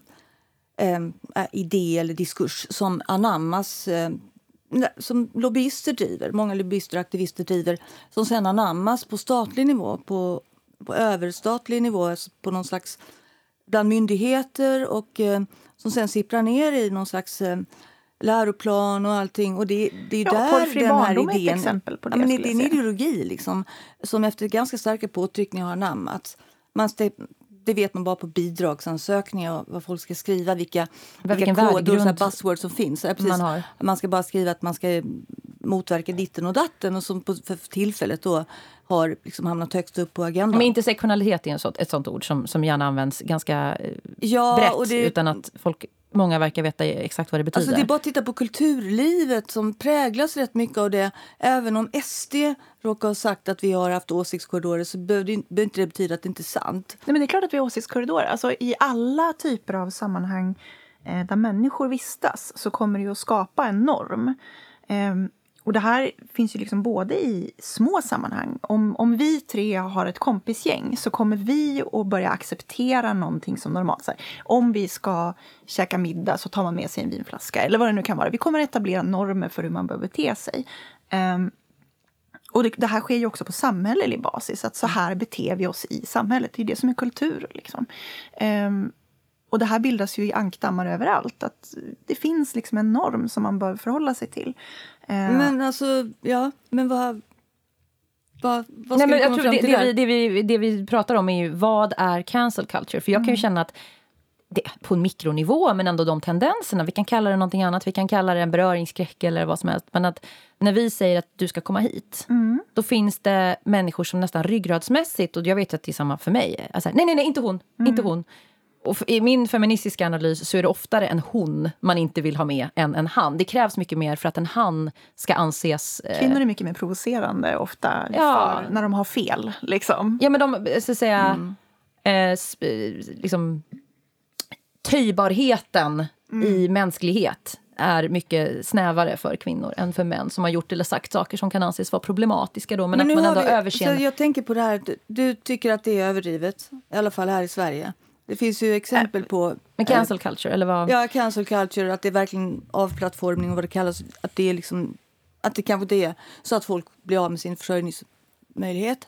idé eller diskurs som anammas som lobbyister driver, många lobbyister och aktivister driver, som sen anammas på statlig nivå, på överstatlig nivå, alltså på någon slags bland myndigheter och som sen sipprar ner i någon slags läroplan och allting. Och det är ju där den här idén... exempel på det, det är en ideologi liksom, som efter ganska starka påtryckningar har anammats. Det vet man bara på bidragsansökningar vad folk ska skriva, vilka koder och buzzwords som finns. Precis, man ska bara skriva att man ska motverka ditten och datten och som för tillfället då har liksom hamnat högst upp på agendan. Men intersektionalitet är ett sånt ord som gärna används ganska brett utan att många verkar veta exakt vad det betyder. Alltså det är bara att titta på kulturlivet som präglas rätt mycket av det. Även om SD råkar ha sagt att vi har haft åsiktskorridorer så behöver inte det betyda att det inte är sant. Nej, men det är klart att vi har åsiktskorridorer. Alltså i alla typer av sammanhang där människor vistas så kommer det ju att skapa en norm. Och det här finns ju liksom både i små sammanhang. Om vi 3 har ett kompisgäng så kommer vi att börja acceptera någonting som normalt. Så här, om vi ska käka middag så tar man med sig en vinflaska eller vad det nu kan vara. Vi kommer att etablera normer för hur man behöver bete sig. Och det här sker ju också på samhällelig basis. Att så här beter vi oss i samhället. Det är det som är kultur liksom. Och det här bildas ju i ankdammar överallt. Att det finns liksom en norm som man bör förhålla sig till. Men alltså, men vad ska vi komma fram till det vi pratar om är ju, vad är cancel culture? För jag kan ju känna att det, på en mikronivå, men ändå de tendenserna, vi kan kalla det någonting annat, vi kan kalla det en beröringsskräck eller vad som helst. Men att när vi säger att du ska komma hit, då finns det människor som nästan ryggradsmässigt, och jag vet att det är samma för mig. Alltså, nej, inte hon. Och i min feministiska analys så är det oftare en hon man inte vill ha med än en han. Det krävs mycket mer för att en han ska anses... Kvinnor är mycket mer provocerande ofta när de har fel. Liksom. Ja, men de, så att säga, liksom, töjbarheten i mänsklighet är mycket snävare för kvinnor än för män som har gjort eller sagt saker som kan anses vara problematiska då. Men att man ändå överseende... Jag tänker på det här, du tycker att det är överdrivet, i alla fall här i Sverige. Det finns ju exempel på... Men cancel culture, eller vad? Ja, cancel culture, att det är verkligen avplattformning och vad det kallas. Att det är liksom... Att det kanske det är så att folk blir av med sin försörjningsmöjlighet.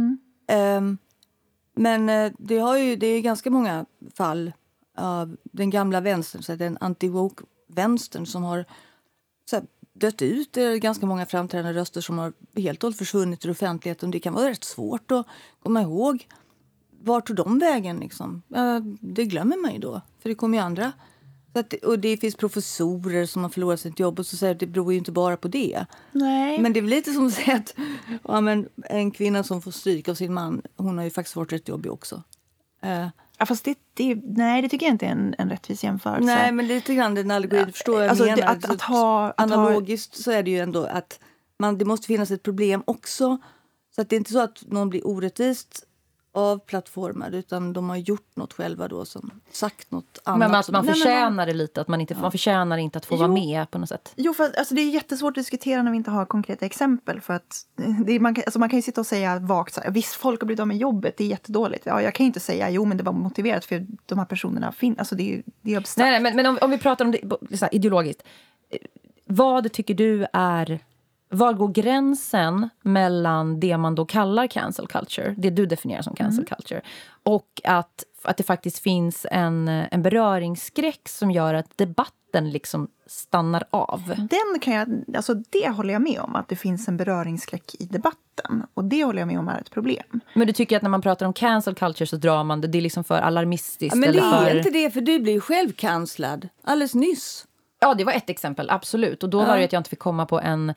Men det är ganska många fall av den gamla vänstern, så den anti-woke-vänstern som har så här, dött ut. Det är ganska många framträdande röster som har helt och hållet försvunnit ur offentligheten. Det kan vara rätt svårt att komma ihåg. Var tog de vägen liksom? Det glömmer man ju då. För det kommer ju andra. Och det finns professorer som har förlorat sitt jobb och så säger att det beror ju inte bara på det. Nej. Men det är väl lite som att säga att en kvinna som får stryk av sin man, hon har ju faktiskt varit rätt jobbig också. Ja, fast det tycker jag inte är en rättvis jämförelse. Nej, men lite grann den allegori, förstår jag alltså menar. Analogiskt så är det ju ändå att det måste finnas ett problem också. Så att det är inte så att någon blir orättvist avplattformade, utan de har gjort något själva då, som sagt något annat. Men att man förtjänar det lite, att man förtjänar inte att få vara med på något sätt. Jo, för alltså, det är jättesvårt att diskutera när vi inte har konkreta exempel. För att man kan ju sitta och säga vagt, visst, folk har blivit av med jobbet, det är jättedåligt. Ja, jag kan ju inte säga, jo men det var motiverat för de här personerna finns. Alltså det är abstrakt. Nej, men om vi pratar om det så här, ideologiskt. Vad tycker du är... Var går gränsen mellan det man då kallar cancel culture, det du definierar som cancel culture, och att det faktiskt finns en beröringsskräck som gör att debatten liksom stannar av? Det håller jag med om, att det finns en beröringsskräck i debatten. Och det håller jag med om är ett problem. Men du tycker att när man pratar om cancel culture så drar man det är liksom för alarmistiskt? Ja, men eller det är inte det, för du blir ju själv kanslad alldeles nyss. Ja, det var ett exempel, absolut. Och då var det att jag inte fick komma på en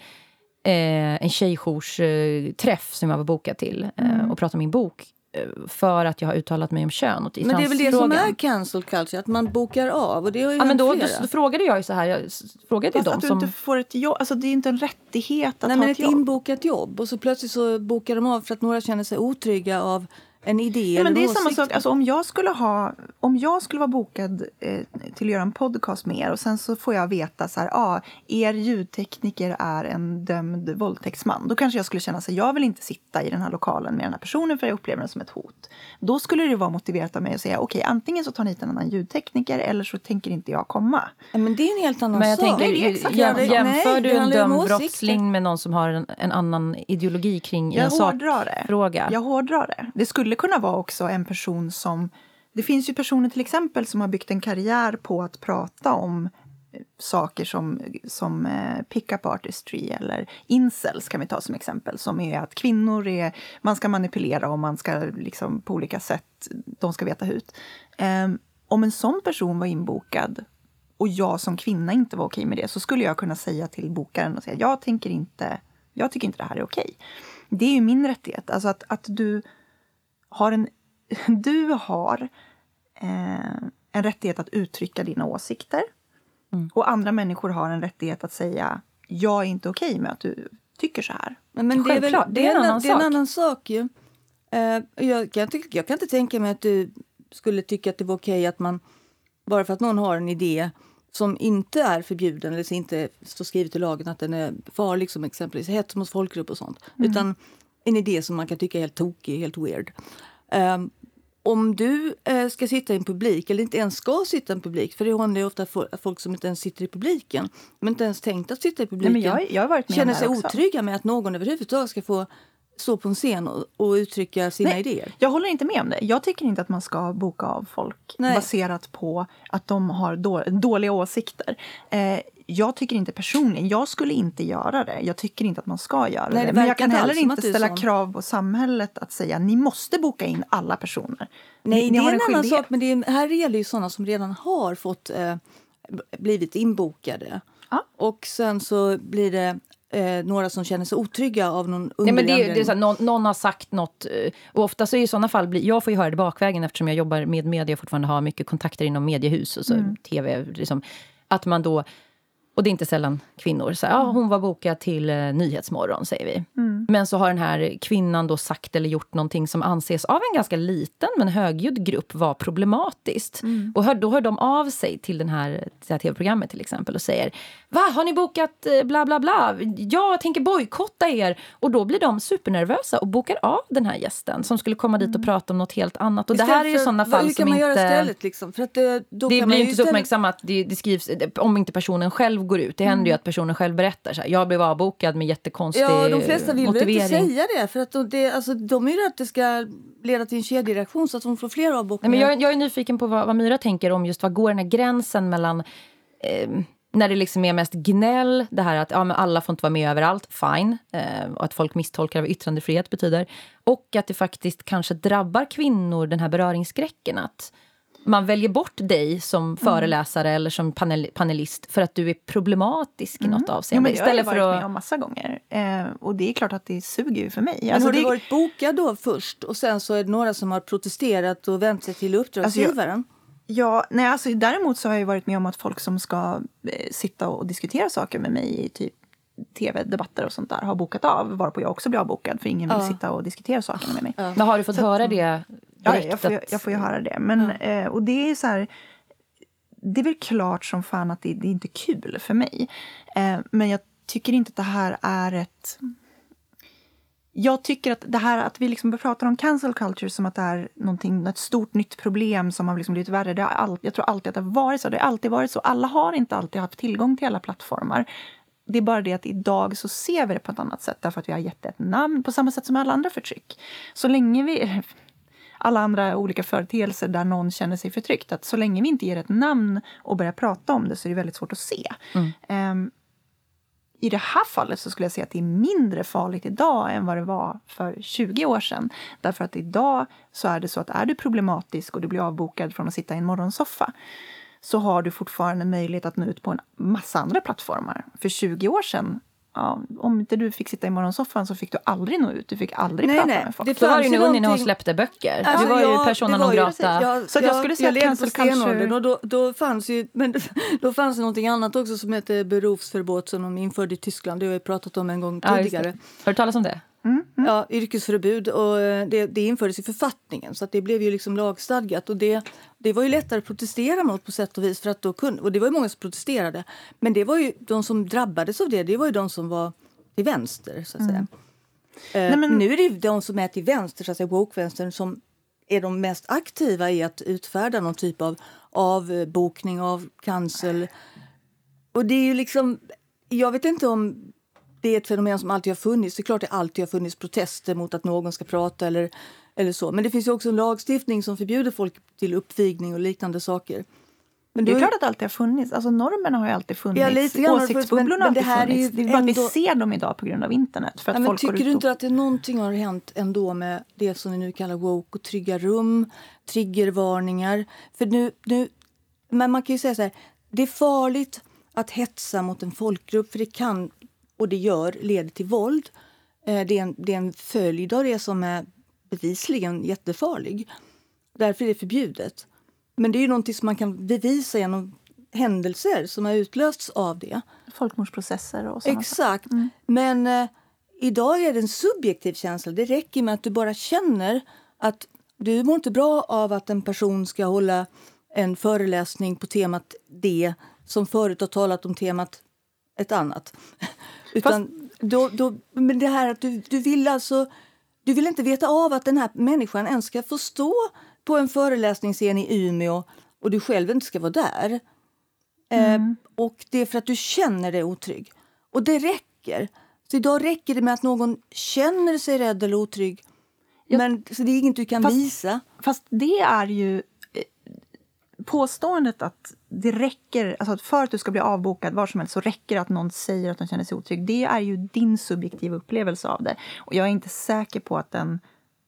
tjejjoursträff som jag var bokad till och prata om min bok för att jag har uttalat mig om kön och men det är väl det som är cancel culture, att man bokar av, och det har ju men då frågade jag ju så här, jag frågade dem att du som inte får ett jobb, alltså det är inte en rättighet att ha ett ett jobb. inbokat jobb, och så plötsligt så bokar de av för att några känner sig otrygga av en idé eller men det är åsikt. samma sak, alltså om jag skulle vara bokad till att göra en podcast med er, och sen så får jag veta så här, er ljudtekniker är en dömd våldtäktsman, då kanske jag skulle känna sig, jag vill inte sitta i den här lokalen med den här personen för jag upplever den som ett hot. Då skulle det vara motiverat av mig att säga, okej, antingen så tar ni hit en annan ljudtekniker eller så tänker inte jag komma. Men det är en helt annan men jag sak. tänker, jämför du en dömd brottsling med någon som har en annan ideologi kring en sakfråga? Jag hårdrar det. Det skulle kunna vara också en person som... Det finns ju personer till exempel som har byggt en karriär på att prata om saker som pick-up artistry eller incels kan vi ta som exempel. Som är att kvinnor man ska manipulera och man ska liksom på olika sätt, de ska veta hut. Om en sån person var inbokad och jag som kvinna inte var okej med det, så skulle jag kunna säga till bokaren och säga, jag tycker inte det här är okej. Det är ju min rättighet. Alltså att du har en rättighet att uttrycka dina åsikter. Och andra människor har en rättighet att säga, jag är inte okej med att du tycker så här. Men det är en annan sak ju. Jag kan inte tänka mig att du skulle tycka att det var okej att man, bara för att någon har en idé som inte är förbjuden eller inte står skrivet i lagen att den är farlig, som exempelvis hets mot folkgrupp och sånt, utan en idé som man kan tycka är helt tokig, helt weird. Om du ska sitta i en publik, eller inte ens ska sitta i en publik, för det handlar ju ofta om folk som inte ens sitter i publiken, men inte ens tänkt att sitta i publiken. Nej, men jag har varit med känner sig otrygga med att någon överhuvudtaget ska få stå på en scen och uttrycka sina idéer. Jag håller inte med om det. Jag tycker inte att man ska boka av folk baserat på att de har dåliga åsikter. Jag tycker inte personligen, jag skulle inte göra det. Jag tycker inte att man ska göra det. Men jag kan heller inte ställa krav på samhället att säga, ni måste boka in alla personer. Nej, det är en annan sak, men här gäller ju sådana som redan har fått blivit inbokade. Och sen så blir det några som känner sig otrygga av någon underlig det är så här, någon har sagt något, och ofta så är i sådana fall, jag får ju höra det bakvägen eftersom jag jobbar med media och fortfarande har mycket kontakter inom mediehus och så tv, liksom, att man då, och det är inte sällan kvinnor, så här, hon var bokad till Nyhetsmorgon, säger vi. Men så har den här kvinnan då sagt eller gjort någonting som anses av en ganska liten men högljudd grupp var problematiskt. Och då hör de av sig till det här tv-programmet till exempel och säger, va, har ni bokat bla bla bla? Jag tänker bojkotta er. Och då blir de supernervösa och bokar av den här gästen som skulle komma dit och prata om något helt annat. Och det här är ju sådana fall som inte... Hur kan man göra istället liksom? För att då det kan blir man inte så uppmärksammat, det skrivs, om inte personen själv går ut. Det händer ju att personen själv berättar så här, jag blev avbokad med jättekonstig motivering. Ja, de flesta vill väl inte säga det, för att de är ju rädda att det ska leda till en kedjereaktion så att de får fler avbokningar. Nej, men jag är nyfiken på vad Myra tänker om just vad går den här gränsen mellan när det liksom är mest gnäll, det här att men alla får inte vara med överallt, fine, och att folk misstolkar vad yttrandefrihet betyder, och att det faktiskt kanske drabbar kvinnor, den här beröringsskräcken, att man väljer bort dig som föreläsare eller som panelist för att du är problematisk i något avseende. Ja, men jag har varit med om massa gånger. Och det är klart att det suger ju för mig. Men har du varit bokad då först och sen så är det några som har protesterat och vänt sig till uppdragsgivaren? Däremot så har jag varit med om att folk som ska sitta och diskutera saker med mig i typ tv-debatter och sånt där har bokat av, varpå jag också blir avbokad för ingen vill sitta och diskutera sakerna med mig. Men har du fått höra det direkt? Ja, jag får ju höra det. Men, och det är så här, det är väl klart som fan att det är inte kul för mig. Men jag tycker inte att det här är ett... Jag tycker att det här att vi liksom pratar om cancel culture som att det är ett stort nytt problem som har liksom blivit värre. Jag tror alltid att det har varit så. Det har alltid varit så. Alla har inte alltid haft tillgång till alla plattformar. Det är bara det att idag så ser vi det på ett annat sätt. Därför att vi har gett ett namn på samma sätt som alla andra förtryck. Så länge vi... alla andra olika företeelser där någon känner sig förtryckt. Att så länge vi inte ger ett namn och börjar prata om det så är det väldigt svårt att se. I det här fallet så skulle jag säga att det är mindre farligt idag än vad det var för 20 år sedan. Därför att idag så är det så att är du problematisk och du blir avbokad från att sitta i en morgonsoffa så har du fortfarande möjlighet att nå ut på en massa andra plattformar. För 20 år sedan, om inte du fick sitta i morgonsoffan så fick du aldrig nå ut. Du fick aldrig prata med folk. Det var ju nu när hon släppte böcker. Alltså, det var ju personen non grata. Så jag skulle säga att cancel culture... och då fanns ju, men då fanns det någonting annat också som heter berufsverbot som de införde i Tyskland. Det har jag pratat om en gång tidigare. Har du talat om det? Ja, yrkesförbud, och det infördes i författningen så att det blev ju liksom lagstadgat, och det var ju lättare att protestera mot på sätt och vis, för att då och det var ju många som protesterade, men det var ju de som drabbades av det var ju de som var till vänster så att säga. Nu är det ju de som är till vänster, så att säga, woke-vänstern, som är de mest aktiva i att utfärda någon typ av avbokning av cancel, och det är ju liksom, jag vet inte om det är ett fenomen som alltid har funnits. Det är klart det alltid har funnits protester mot att någon ska prata eller så. Men det finns ju också en lagstiftning som förbjuder folk till uppvigling och liknande saker. Men det är klart att det alltid har funnits. Alltså normerna har ju alltid funnits. Ja, lite grann, åsiktsbubblorna har alltid funnits. Det är bara att vi ser dem idag på grund av internet. För att men folk tycker du inte att det någonting har hänt ändå med det som vi nu kallar woke och trygga rum, triggervarningar? För nu men man kan ju säga så här, det är farligt att hetsa mot en folkgrupp, för det kan, och det leder till våld. Det är en följd av det som är bevisligen jättefarlig. Därför är det förbjudet. Men det är ju någonting som man kan bevisa genom händelser som har utlösts av det. Folkmordsprocesser och sådana. Exakt. Men idag är det en subjektiv känsla. Det räcker med att du bara känner att du mår inte bra av att en person ska hålla en föreläsning på temat det som förut har talat om temat ett annat. Utan men det här att du vill inte veta av att den här människan ens ska få stå på en föreläsningsscen i Umeå och du själv inte ska vara där. Och det är för att du känner dig otrygg. Och det räcker. Så idag räcker det med att någon känner sig rädd eller otrygg. Men så det är inget du kan visa. Fast det är ju påståendet att det räcker, alltså att för att du ska bli avbokad var som helst så räcker det att någon säger att de känner sig otrygg. Det är ju din subjektiva upplevelse av det. Och jag är inte säker på att den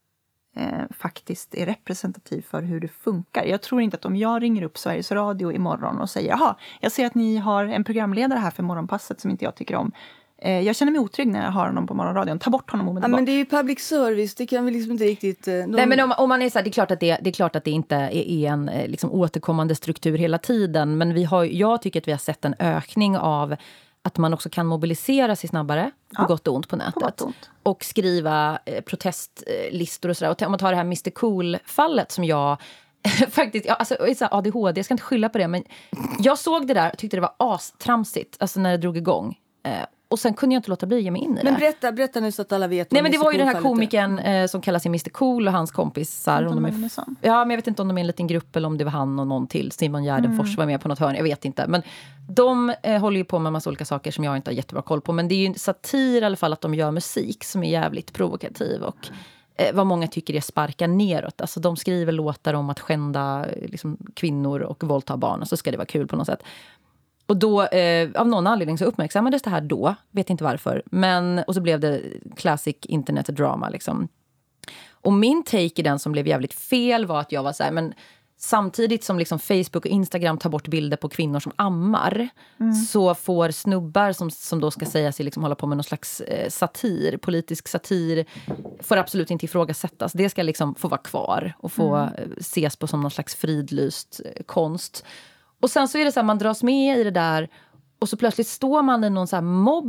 faktiskt är representativ för hur det funkar. Jag tror inte att om jag ringer upp Sveriges Radio imorgon och säger jaha, jag ser att ni har en programledare här för morgonpasset som inte jag tycker om. Jag känner mig otrygg när jag har honom på morgonradion. Ta bort honom omedelbart. Ja, men det är ju public service. Det kan vi liksom inte riktigt... Nej, men om man är så här, det är klart att det inte är en liksom återkommande struktur hela tiden. Men jag tycker att vi har sett en ökning av att man också kan mobilisera sig snabbare på gott och ont på nätet. På gott och ont. Och skriva protestlistor och sådär. Och om man tar det här Mr. Cool-fallet som jag... faktiskt, alltså ADHD, jag ska inte skylla på det. Men jag såg det där och tyckte det var astramsigt. Alltså när det drog igång. Och sen kunde jag inte låta bli att ge mig in i det. Men berätta nu så att alla vet. Nej, men det var ju den här komikern som kallar sig Mr. Cool och hans kompisar. Men jag vet inte om de är en liten grupp eller om det var han och någon till. Simon Gärdenfors var med på något hörn, jag vet inte. Men de håller ju på med en massa olika saker som jag inte har jättebra koll på. Men det är ju satir i alla fall att de gör musik som är jävligt provokativ och vad många tycker är sparka neråt. Alltså de skriver låtar om att skända liksom, kvinnor och våldta barn, och så ska det vara kul på något sätt. Och då, av någon anledning så uppmärksammades det här då. Vet inte varför. Och så blev det classic internet drama liksom. Och min take i den som blev jävligt fel var att jag var så här, men samtidigt som liksom Facebook och Instagram tar bort bilder på kvinnor som ammar, så får snubbar som då ska säga sig liksom hålla på med någon slags satir, politisk satir, får absolut inte ifrågasättas. Det ska liksom få vara kvar och få ses på som någon slags fridlyst konst. Och sen så är det så här, man dras med i det där och så plötsligt står man i någon så här mobb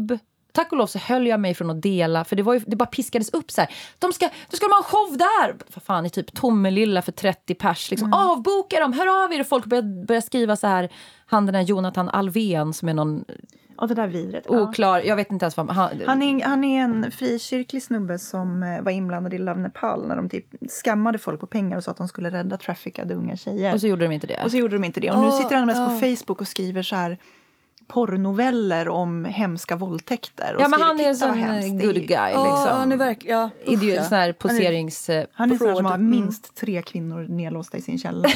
tack och lov så höll jag mig från att dela. För det bara piskades upp så här. Då ska de ha en show där. För fan, i typ Tommelilla för 30 pers. Liksom, avboka dem, hör av er. Och folk börjar skriva så här. Han den här Jonathan Alvén som är någon... Och det där vidret. Oklar, jag vet inte ens vad... Han är en frikyrklig snubbe som var inblandad i Love Nepal när de typ skammade folk på pengar och sa att de skulle rädda traffickade unga tjejer. Och så gjorde de inte det. Och nu sitter han mest på Facebook och skriver så här porrnoveller om hemska våldtäkter. Och men han är en sån good guy. Liksom. Han är verkligen... Idiot, sån här poserings... Han är sån som har minst 3 kvinnor nedlåsta i sin källare.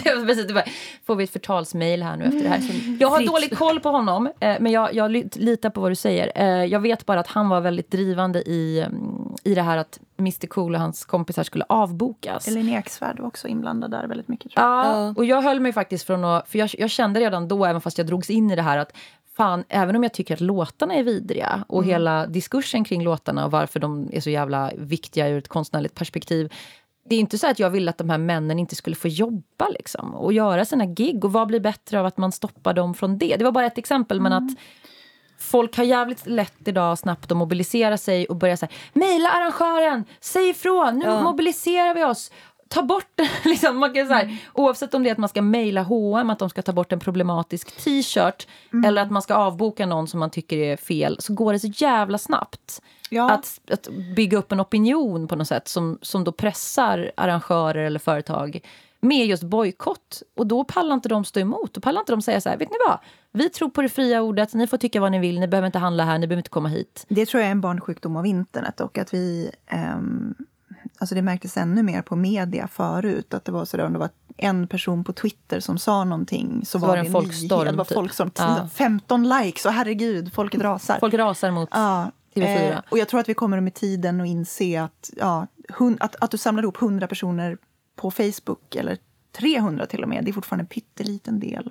Får vi ett förtalsmail här nu efter det här. Jag har dålig koll på honom, men jag litar på vad du säger. Jag vet bara att han var väldigt drivande i det här att Mr. Cool och hans kompisar skulle avbokas. Linnea Eksvärd var också inblandad där väldigt mycket, tror jag. Ja, och jag höll mig faktiskt från att... För jag kände redan då, även fast jag drogs in i det här, att fan, även om jag tycker att låtarna är vidriga och hela diskursen kring låtarna och varför de är så jävla viktiga ur ett konstnärligt perspektiv. Det är inte så att jag vill att de här männen inte skulle få jobba liksom, och göra sina gig. Och vad blir bättre av att man stoppar dem från det? Det var bara ett exempel, men att folk har jävligt lätt idag snabbt att mobilisera sig och börja säga, mejla arrangören, säg ifrån, nu mobiliserar vi oss. Ta bort liksom, man kan säga, oavsett om det är att man ska mejla H&M att de ska ta bort en problematisk t-shirt eller att man ska avboka någon som man tycker är fel, så går det så jävla snabbt att bygga upp en opinion på något sätt som då pressar arrangörer eller företag med just bojkott. Och då pallar inte de stå emot. Då pallar inte de säga så här, vet ni vad? Vi tror på det fria ordet, ni får tycka vad ni vill, ni behöver inte handla här, ni behöver inte komma hit. Det tror jag är en barnsjukdom av internet, och att vi... Alltså det märktes ännu mer på media förut. Att det var så där, om det var en person på Twitter som sa någonting, så var det en folkstorm. Det var folkstorm. 15 likes, och herregud, folket rasar. Folk rasar mot TV4. Och jag tror att vi kommer med tiden att inse att du samlar ihop 100 personer på Facebook, eller 300 till och med. Det är fortfarande en pytteliten del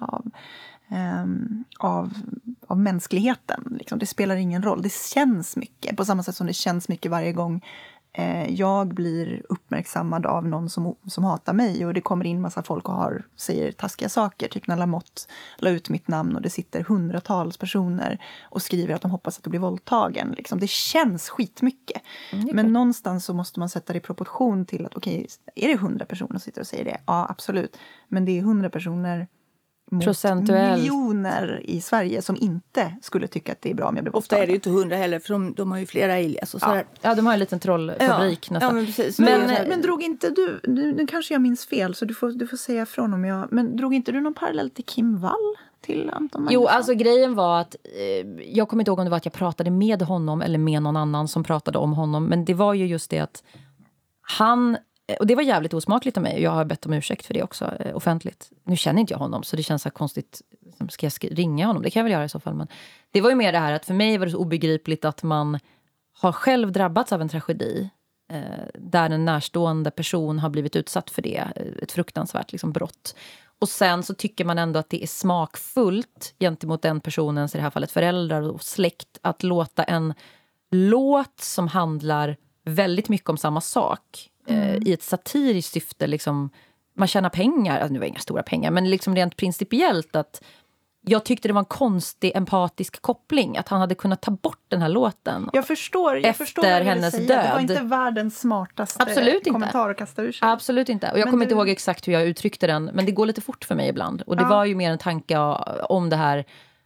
av mänskligheten. Liksom. Det spelar ingen roll. Det känns mycket. På samma sätt som det känns mycket varje gång jag blir uppmärksammad av någon som hatar mig, och det kommer in massa folk och säger taskiga saker, typ när Lamotte la ut mitt namn och det sitter hundratals personer och skriver att de hoppas att det blir våldtagen. Liksom. Det känns skitmycket. Men någonstans så måste man sätta det i proportion till att okej, är det 100 personer som sitter och säger det? Ja, absolut. Men det är 100 personer mot miljoner i Sverige som inte skulle tycka att det är bra om jag blir våldtagen. Ofta är det ju inte 100 heller, för de har ju flera alias och sådär. Ja, de har en liten trollfabrik nästan. Ja, men precis. Men drog inte du, nu kanske jag minns fel, så du får säga från om jag... Men drog inte du någon parallell till Kim Wall? Till Anton Magnusson? Jo, alltså grejen var att jag kommer inte ihåg om det var att jag pratade med honom eller med någon annan som pratade om honom, men det var ju just det att han... Och det var jävligt osmakligt av mig, och jag har bett om ursäkt för det också offentligt. Nu känner inte jag honom, så det känns så här konstigt. Ska jag ringa honom? Det kan jag väl göra i så fall. Men det var ju mer det här att för mig var det så obegripligt att man har själv drabbats av en tragedi där en närstående person har blivit utsatt för det. Ett fruktansvärt liksom, brott. Och sen så tycker man ändå att det är smakfullt gentemot den personens, i det här fallet föräldrar och släkt, att låta en låt som handlar väldigt mycket om samma sak i ett satiriskt syfte, liksom, man tjänar pengar, alltså, nu var inga stora pengar, men liksom rent principiellt, att jag tyckte det var en konstig empatisk koppling att han hade kunnat ta bort den här låten. Jag förstår hennes död. Det var inte världens smartaste kommentar att kasta ur sig. Absolut inte. Och jag kommer inte ihåg exakt hur jag uttryckte den, men det går lite fort för mig ibland. Och det var ju mer en tanke om det här.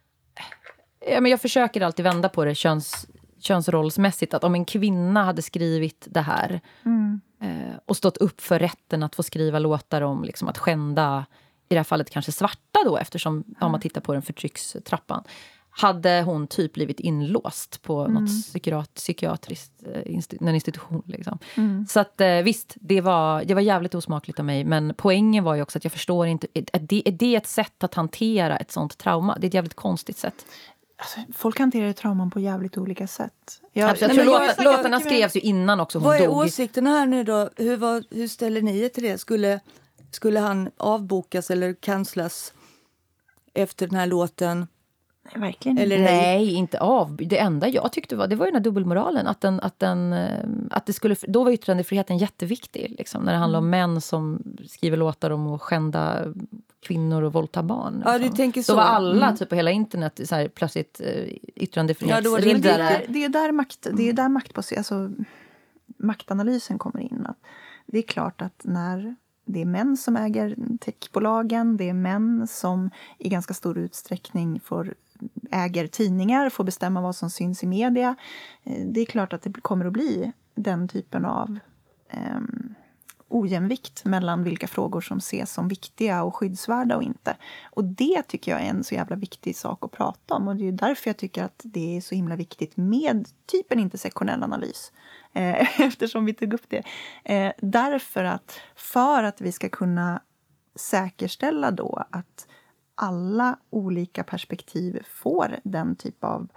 Ja, men jag försöker alltid vända på det könsrollsmässigt, att om en kvinna hade skrivit det här och stått upp för rätten att få skriva låtar om liksom, att skända, i det här fallet kanske svarta då, eftersom om man tittar på den förtryckstrappan, hade hon typ blivit inlåst på något psykiatriskt institution liksom. Så att visst, det var jävligt osmakligt av mig, men poängen var ju också att jag förstår inte, är det ett sätt att hantera ett sånt trauma? Det är ett jävligt konstigt sätt. Alltså, folk hanterar trauman på jävligt olika sätt. Jag tror låtarna skrevs ju innan också hon dog. Vad är åsikterna här nu då? Hur ställer ni er till det? Skulle han avbokas eller cancelas efter den här låten? Nej, verkligen eller nej, inte av. Det enda jag tyckte det var ju den här dubbelmoralen, att det skulle, då var yttrandefriheten jätteviktig liksom, när det handlar om män som skriver låtar om att skända kvinnor och våldta barn. Ja, du tänker så. Då var alla typ på hela internet så här, plötsligt yttrandefrihet. Ja, det är där maktanalysen kommer in. Att det är klart att när det är män som äger techbolagen, det är män som i ganska stor utsträckning äger tidningar, får bestämma vad som syns i media. Det är klart att det kommer att bli den typen av ojämvikt mellan vilka frågor som ses som viktiga och skyddsvärda och inte. Och det tycker jag är en så jävla viktig sak att prata om. Och det är därför jag tycker att det är så himla viktigt med typ en intersektionell analys. Eftersom vi tog upp det. Därför att för att vi ska kunna säkerställa då att alla olika perspektiv får den typ av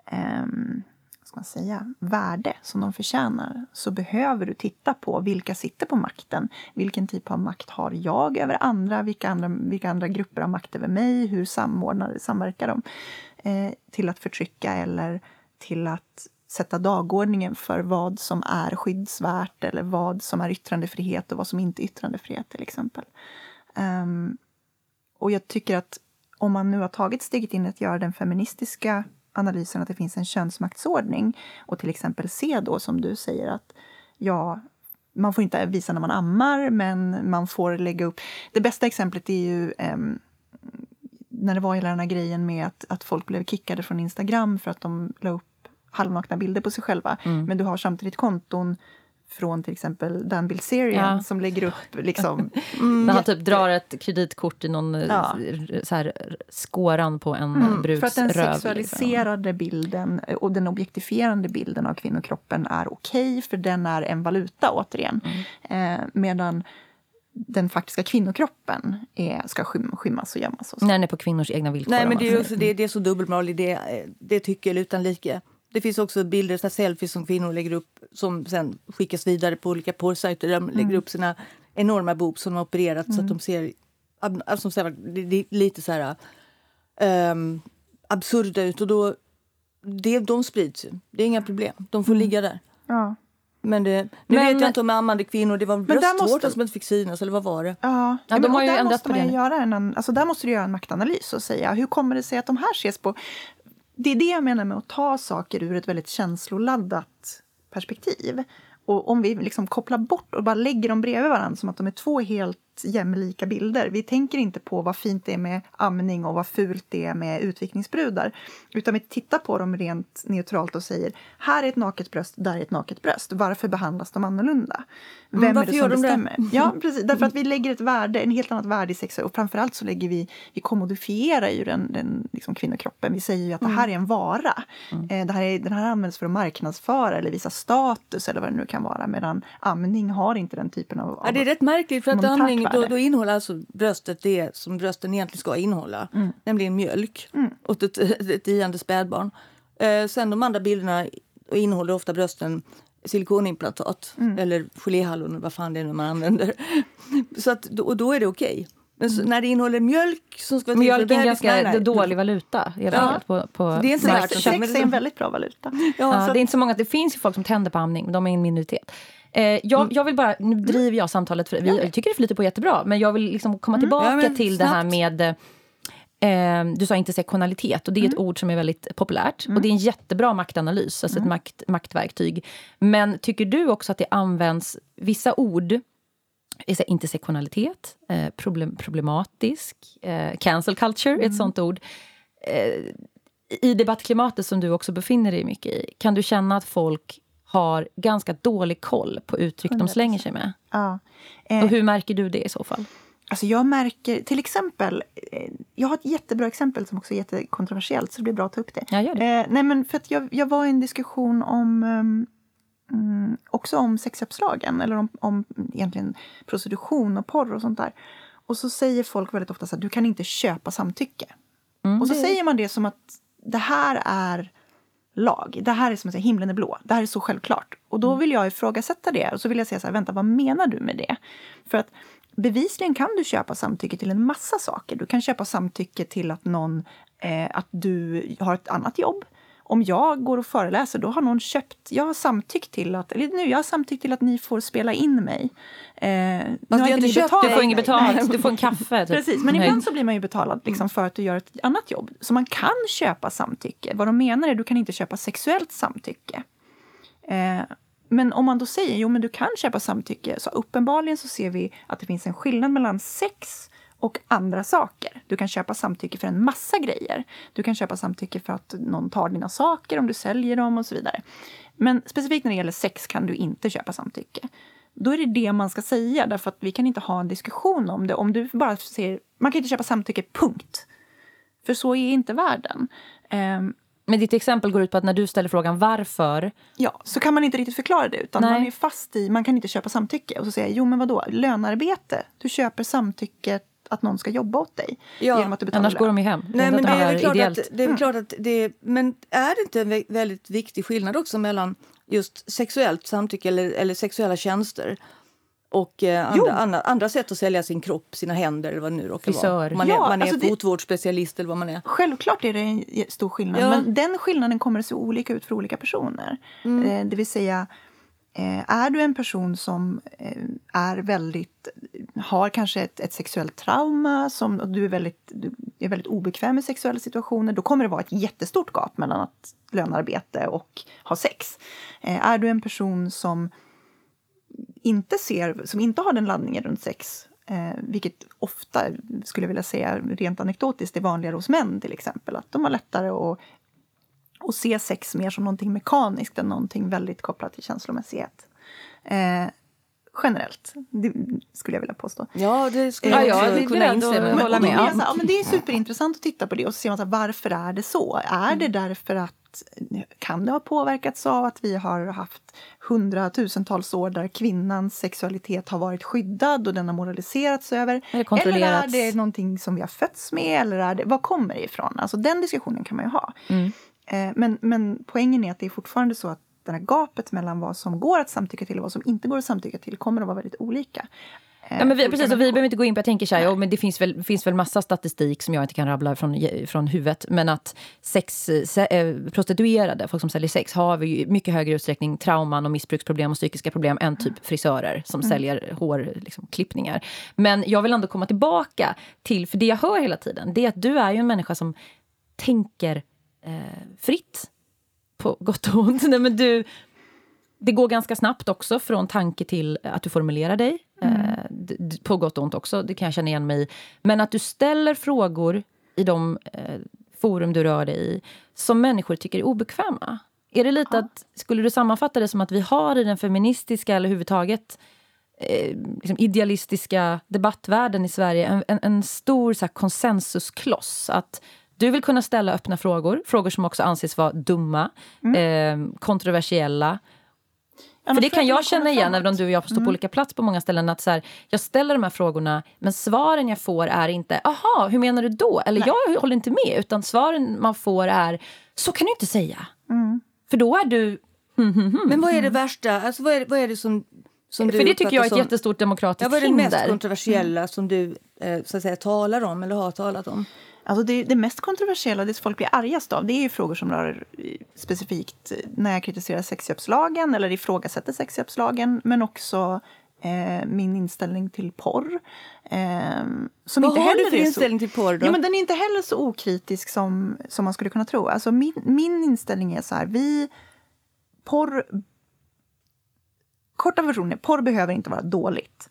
värde som de förtjänar, så behöver du titta på vilka sitter på makten. Vilken typ av makt har jag över andra? Vilka andra grupper har makt över mig? Hur samverkar de till att förtrycka eller till att sätta dagordningen för vad som är skyddsvärt eller vad som är yttrandefrihet och vad som inte är yttrandefrihet till exempel. Och jag tycker att om man nu har tagit steget in att göra den feministiska analysen att det finns en könsmaktsordning och till exempel se då som du säger att man får inte visa när man ammar men man får lägga upp. Det bästa exemplet är ju när det var hela den här grejen med att folk blev kickade från Instagram för att de la upp halvnakna bilder på sig själva. Men du har samtidigt konton från till exempel Dan Bilzerian som lägger upp liksom... När han typ drar ett kreditkort i någon så här skåran på en bruds röv. För att den sexualiserade bilden och den objektifierande bilden av kvinnokroppen är okej, för den är en valuta återigen. Medan den faktiska kvinnokroppen ska skymmas och gömmas. När den är på kvinnors egna villkor. Nej, men det är, också, det är så dubbelmoral i det tycker utan like. Det finns också bilder, så selfies som kvinnor lägger upp som sen skickas vidare på olika porrsajter. De lägger upp sina enorma boobs som de har opererat så att de ser, alltså, det är lite så här absurda ut. Och då, de sprids ju. Det är inga problem. De får ligga där. Ja. Men vet jag inte om ammande kvinnor, det var bröstvårtor som inte fick synas, eller vad var det? Ja, de har ju där ändrat måste på man det. Där måste du göra en maktanalys och säga, hur kommer det sig att de här ses på... Det är det jag menar med att ta saker ur ett väldigt känsloladdat perspektiv. Och om vi liksom kopplar bort och bara lägger dem bredvid varandra som att de är två helt jämlika bilder. Vi tänker inte på vad fint det är med amning och vad fult det är med utvikningsbrudar. Utan vi tittar på dem rent neutralt och säger, här är ett naket bröst, där är ett naket bröst. Varför behandlas de annorlunda? Vem är det som bestämmer? Ja, precis. Därför att vi lägger en helt annat värde i sex. Och framförallt så lägger vi kommodifierar ju den liksom kvinnokroppen. Vi säger ju att det här är en vara. Den här används för att marknadsföra eller visa status eller vad det nu kan vara. Medan amning har inte den typen av... Ja, det är rätt märkligt för att amning då innehåller alltså bröstet det som brösten egentligen ska innehålla. Nämligen mjölk åt ett diande spädbarn. Sen de andra bilderna innehåller ofta brösten silikonimplantat eller geléhallon, vad fan det är nu man använder. Så att, och då är det okej. Men när det innehåller mjölk som ska vara mjölk är en ganska dålig valuta helt enkelt på det är inte sex är en väldigt bra valuta. Det är inte så många, det finns ju folk som tänder på amning, men de är en minoritet. Jag vill bara, nu driver jag samtalet för jag tycker det flyter på jättebra, men jag vill liksom komma tillbaka till det här med du sa intersektionalitet, och det är ett ord som är väldigt populärt och det är en jättebra maktanalys, alltså ett maktverktyg. Men tycker du också att det används vissa ord, intersektionalitet, problematisk, cancel culture är ett sånt ord, i debattklimatet som du också befinner dig mycket i, kan du känna att folk har ganska dålig koll på uttryck 100%. De slänger sig med? Ja. Och hur märker du det i så fall? Alltså jag märker, till exempel, jag har ett jättebra exempel som också är jättekontroversiellt, så det blir bra att ta upp det. Ja, gör det. Nej, men för att jag var i en diskussion om också om sexköpslagen, eller om egentligen prostitution och porr och sånt där. Och så säger folk väldigt ofta så att du kan inte köpa samtycke. Och så säger man det som att det här är lag. Det här är som att säga himlen är blå. Det här är så självklart. Och då vill jag ifrågasätta det. Och så vill jag säga så här, vänta, vad menar du med det? För att bevisligen kan du köpa samtycke till en massa saker. Du kan köpa samtycke till att att du har ett annat jobb. om jag går och föreläser, då har någon jag har samtyckt till att ni får spela in mig. Nu har inte ni betalat. Du får inget betalt, du får en kaffe. Typ. Precis, men ibland så blir man ju betalad liksom, för att du gör ett annat jobb. Så man kan köpa samtycke. Vad de menar är att du kan inte köpa sexuellt samtycke. Men om man då säger, men du kan köpa samtycke, så uppenbarligen så ser vi att det finns en skillnad mellan sex och andra saker. Du kan köpa samtycke för en massa grejer. Du kan köpa samtycke för att någon tar dina saker, om du säljer dem och så vidare. Men specifikt när det gäller sex kan du inte köpa samtycke. Då är det man ska säga, därför att vi kan inte ha en diskussion om det. Om du bara säger, man kan inte köpa samtycke, punkt. För så är inte världen. Men ditt exempel går ut på att när du ställer frågan varför... Ja, så kan man inte riktigt förklara det. Utan man är fast i, man kan inte köpa samtycke. Och så säger jag, men vadå? Lönarbete. Du köper samtycke att någon ska jobba åt dig. Genom att du betalar annars går de ju hem. Nej, men det är klart att det... Men är det inte en väldigt viktig skillnad också mellan just sexuellt samtycke eller sexuella tjänster och andra sätt att sälja sin kropp, sina händer eller vad det nu råkar vara. Man är fotvårdsspecialist eller vad man är. Självklart är det en stor skillnad. Ja. Men den skillnaden kommer att se olika ut för olika personer. Det vill säga, är du en person som har kanske ett sexuellt trauma, som du är väldigt obekväm med sexuella situationer, då kommer det vara ett jättestort gap mellan att lönarbete och ha sex. Är du en person som inte har den laddningen runt sex, vilket ofta, skulle jag vilja säga rent anekdotiskt, är vanligare hos män till exempel, att de har lättare att se sex mer som någonting mekaniskt än någonting väldigt kopplat till känslomässighet. Generellt, det skulle jag vilja påstå. Ja, det skulle jag kunna inse. Hålla med. Men det är superintressant att titta på det och se varför är det så? Är det därför att kan det ha påverkats av att vi har haft hundratusentals år där kvinnans sexualitet har varit skyddad och den har moraliserats över? Eller är det någonting som vi har fötts med? Eller vad kommer det ifrån? Alltså den diskussionen kan man ju ha. Men poängen är att det är fortfarande så att det här gapet mellan vad som går att samtycka till och vad som inte går att samtycka till kommer att vara väldigt olika. Ja, men vi behöver inte gå in på, jag tänker så här, men det finns väl massa statistik som jag inte kan rabbla från huvudet, men att prostituerade, folk som säljer sex, har vi ju mycket högre utsträckning trauman och missbruksproblem och psykiska problem än typ frisörer som säljer hårklippningar. Men jag vill ändå komma tillbaka till, för det jag hör hela tiden, det är att du är ju en människa som tänker fritt, på gott och ont. Nej, men det går ganska snabbt också från tanke till att du formulerar dig. På gott och ont också, det kan jag känna igen mig i. Men att du ställer frågor i de forum du rör dig i som människor tycker är obekväma. Är det lite att, skulle du sammanfatta det som att vi har i den feministiska eller överhuvudtaget liksom idealistiska debattvärlden i Sverige en stor så här, konsensuskloss, att du vill kunna ställa öppna frågor som också anses vara dumma, kontroversiella. För det kan jag känna igen, även om du och jag står på olika plats på många ställen, att så här, jag ställer de här frågorna, men svaren jag får är inte, aha, hur menar du då? Eller jag håller inte med, utan svaren man får är, så kan du inte säga. För då är du... Men vad är det värsta? Alltså, vad är det som du... För det tycker jag är ett jättestort demokratiskt hinder. Vad är det mest kontroversiella som du så att säga, talar om eller har talat om? Alltså det mest kontroversiella, det folk blir argast av, det är ju frågor som rör specifikt när jag kritiserar sexköpslagen eller ifrågasätter sexköpslagen, men också min inställning till porr. Som vad inte har heller du för inställning till porr då? Ja, men den är inte heller så okritisk som man skulle kunna tro. Alltså min inställning är så här, korta versioner, porr behöver inte vara dåligt.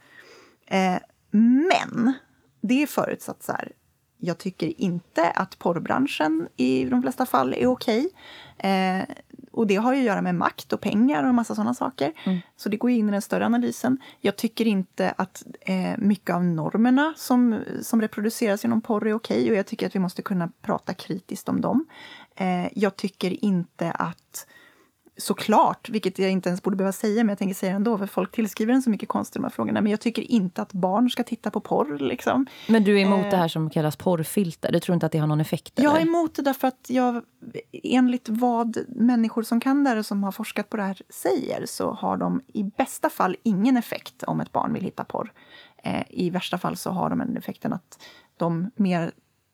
Men det är förutsatt så här, jag tycker inte att porrbranschen i de flesta fall är okej. Och det har ju att göra med makt och pengar och en massa sådana saker. Så det går in i den större analysen. Jag tycker inte att mycket av normerna som reproduceras genom porr är okej. Och jag tycker att vi måste kunna prata kritiskt om dem. Jag tycker inte att, såklart, vilket jag inte ens borde behöva säga, men jag tänker säga ändå, för folk tillskriver en så mycket konst i de här frågorna. Men jag tycker inte att barn ska titta på porr, liksom. Men du är emot det här som kallas porrfilter? Du tror inte att det har någon effekt? Eller? Jag är emot det därför att enligt vad människor som kan det här och som har forskat på det här säger, så har de i bästa fall ingen effekt om ett barn vill hitta porr. I värsta fall så har de en effekten att de mer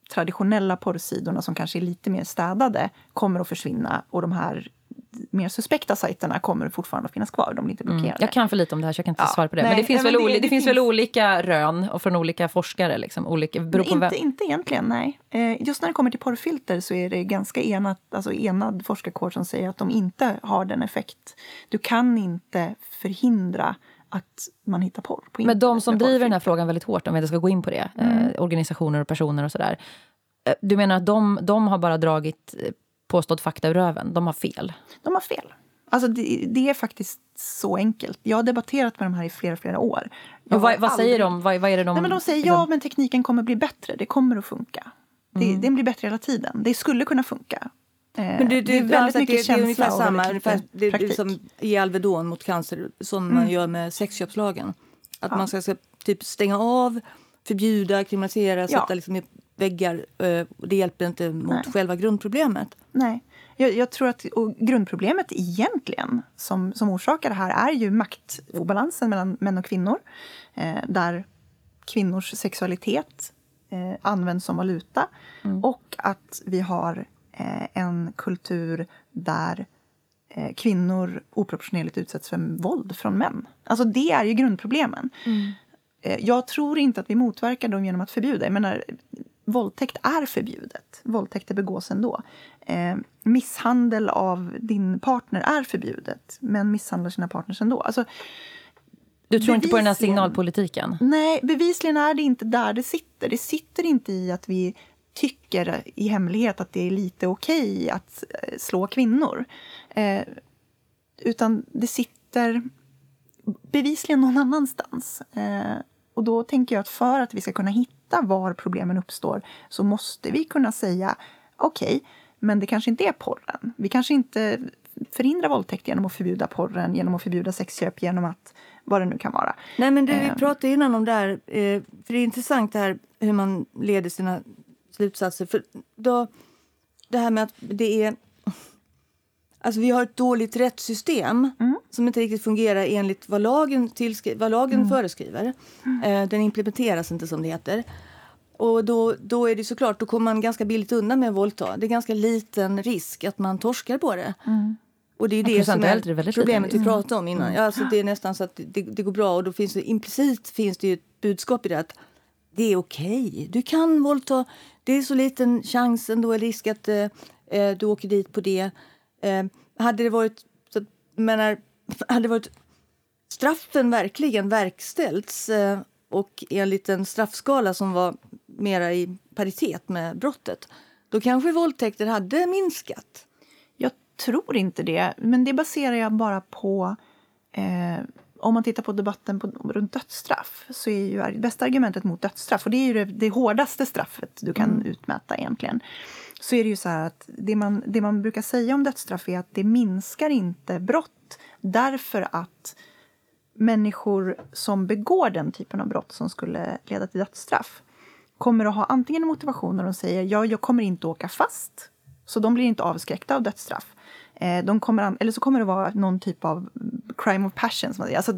traditionella porrsidorna som kanske är lite mer städade kommer att försvinna och de här mer suspekta sajterna kommer fortfarande att finnas kvar. De blir inte blockerade. Jag kan för lite om det här så jag kan inte svara på det. Nej, men det finns, det finns väl olika rön och från olika forskare. Liksom. Inte egentligen, nej. Just när det kommer till porrfilter så är det ganska enad forskarkår som säger att de inte har den effekt. Du kan inte förhindra att man hittar porr på internet. Men de som driver den här frågan väldigt hårt, om jag ska gå in på det, organisationer och personer och sådär. Du menar att de har bara dragit påstått fakta ur röven? De har fel? De har fel. Alltså det är faktiskt så enkelt. Jag har debatterat med de här i flera år. Vad säger de? Vad är det de... Nej, men de säger men tekniken kommer bli bättre. Det kommer att funka. Den blir bättre hela tiden. Det skulle kunna funka. Men det är väldigt mycket känsla. Det är ungefär samma. Det är som i Alvedon mot cancer som man gör med sexköpslagen. Att man ska typ stänga av, förbjuda, kriminalisera, sätta liksom i väggar. Det hjälper inte mot själva grundproblemet. Nej. Jag tror att grundproblemet egentligen som orsakar det här är ju maktobalansen mellan män och kvinnor. Där kvinnors sexualitet används som valuta. Och att vi har en kultur där kvinnor oproportionerligt utsätts för våld från män. Alltså det är ju grundproblemen. Jag tror inte att vi motverkar dem genom att förbjuda. Jag menar, våldtäkt är förbjudet. Våldtäkter begås ändå. Misshandel av din partner är förbjudet. Men misshandlar sina partners ändå. Alltså, du tror inte på den här signalpolitiken? Nej, bevisligen är det inte där det sitter. Det sitter inte i att vi tycker i hemlighet att det är lite okej att slå kvinnor. Utan det sitter bevisligen någon annanstans. Och då tänker jag att för att vi ska kunna hitta var problemen uppstår så måste vi kunna säga okej, men det kanske inte är porren. Vi kanske inte förhindrar våldtäkt genom att förbjuda porren, genom att förbjuda sexköp, genom att vad det nu kan vara. Nej, men vi pratade innan om det här, för det är intressant det här hur man leder sina slutsatser. För då, det här med att det är... Alltså vi har ett dåligt rättssystem som inte riktigt fungerar enligt vad lagen föreskriver. Den implementeras inte som det heter. Och då är det såklart, då kommer man ganska billigt undan med våldta. Det är ganska liten risk att man torskar på det. Och det är det som är problemet vi pratade om innan. Ja, alltså det är nästan så att det går bra och då finns det implicit finns det ju ett budskap i det att det är okej. Du kan våldta. Det är så liten chans ändå, är risk att du åker dit på det. Hade det varit straffen verkligen verkställts och enligt en straffskala som var mera i paritet med brottet, då kanske våldtäkter hade minskat. Jag tror inte det, men det baserar jag bara på om man tittar på debatten runt dödsstraff så är ju det bästa argumentet mot dödsstraff, och det är ju det hårdaste straffet du kan utmäta egentligen. Så är det ju så här att det man brukar säga om dödsstraff är att det minskar inte brott därför att människor som begår den typen av brott som skulle leda till dödsstraff kommer att ha antingen en motivation när de säger jag kommer inte åka fast, så de blir inte avskräckta av dödsstraff. Eller så kommer det vara någon typ av crime of passion. Alltså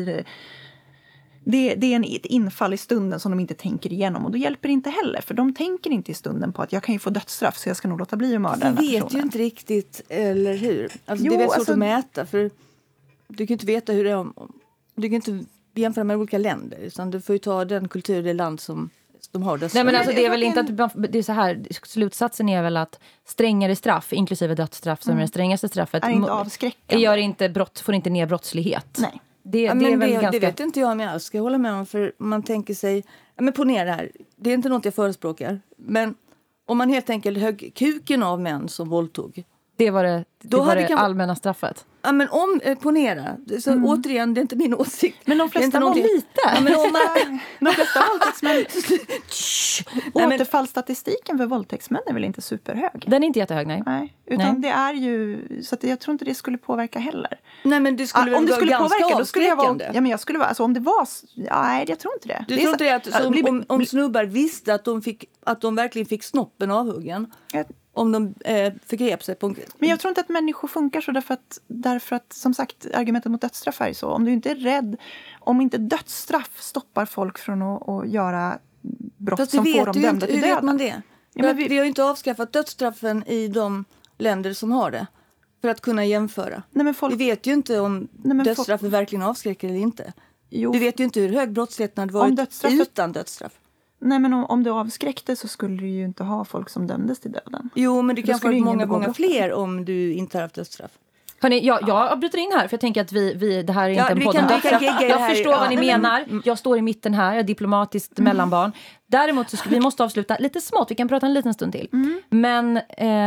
det är ett infall i stunden som de inte tänker igenom. Och då hjälper det inte heller. För de tänker inte i stunden på att jag kan ju få dödsstraff så jag ska nog låta bli att mörda den här personen. Vi vet ju inte riktigt, eller hur? Alltså, det är väldigt svårt att mäta. För du kan inte veta hur det är. Du kan inte jämföra med olika länder. Utan du får ju ta den kultur, det land som de har dödsstraff. Nej, men alltså det är väl inte att det är så här. Slutsatsen är väl att strängare straff, inklusive dödsstraff som är det strängaste straffet, är inte avskräckande. Gör inte får inte ner brottslighet. Nej. Det vet inte jag om jag ska hålla med om. För man tänker sig, men ponera det här. Det är inte något jag förespråkar. Men om man helt enkelt högg kuken av män som våldtog. Det var det allmänna straffet. Ja, men ponera. Så återigen, det är inte min åsikt. Men de flesta var lite. Ja, men de flesta våldtäktsmän... Återfallsstatistiken för våldtäktsmän är väl inte superhög? Den är inte jättehög, nej. Utan det är ju... Så att jag tror inte det skulle påverka heller. Nej, men det skulle väl vara ganska avskräckande. Ja, men jag skulle vara... Alltså om det var... Nej, jag tror inte det. Du tror inte det att om snubbar visste att de verkligen fick snoppen avhuggen... Om de förgrep sig på... Men jag tror inte att människor funkar så därför att som sagt, argumentet mot dödsstraff är ju så. Om du inte är rädd, om inte dödsstraff stoppar folk från att göra brott som får dem dömda till döden. Hur vet man det? Vi har ju inte avskaffat dödsstraffen i de länder som har det. För att kunna jämföra. Vi vet ju inte om dödsstraffen verkligen avskräcker eller inte. Jo. Vi vet ju inte hur hög brottsligheten hade varit utan dödsstraff. Nej, men om det avskräckte så skulle du ju inte ha folk som dömdes till döden. Jo, men det kanske var många fler om du inte har haft dödsstraff. Hörrni, jag bryter in här för jag tänker att det här är inte en podd om dödsstraff. Jag förstår vad ni menar. Jag står i mitten här, jag är diplomatiskt mellanbarn. Däremot så vi måste avsluta lite smått. Vi kan prata en liten stund till. Men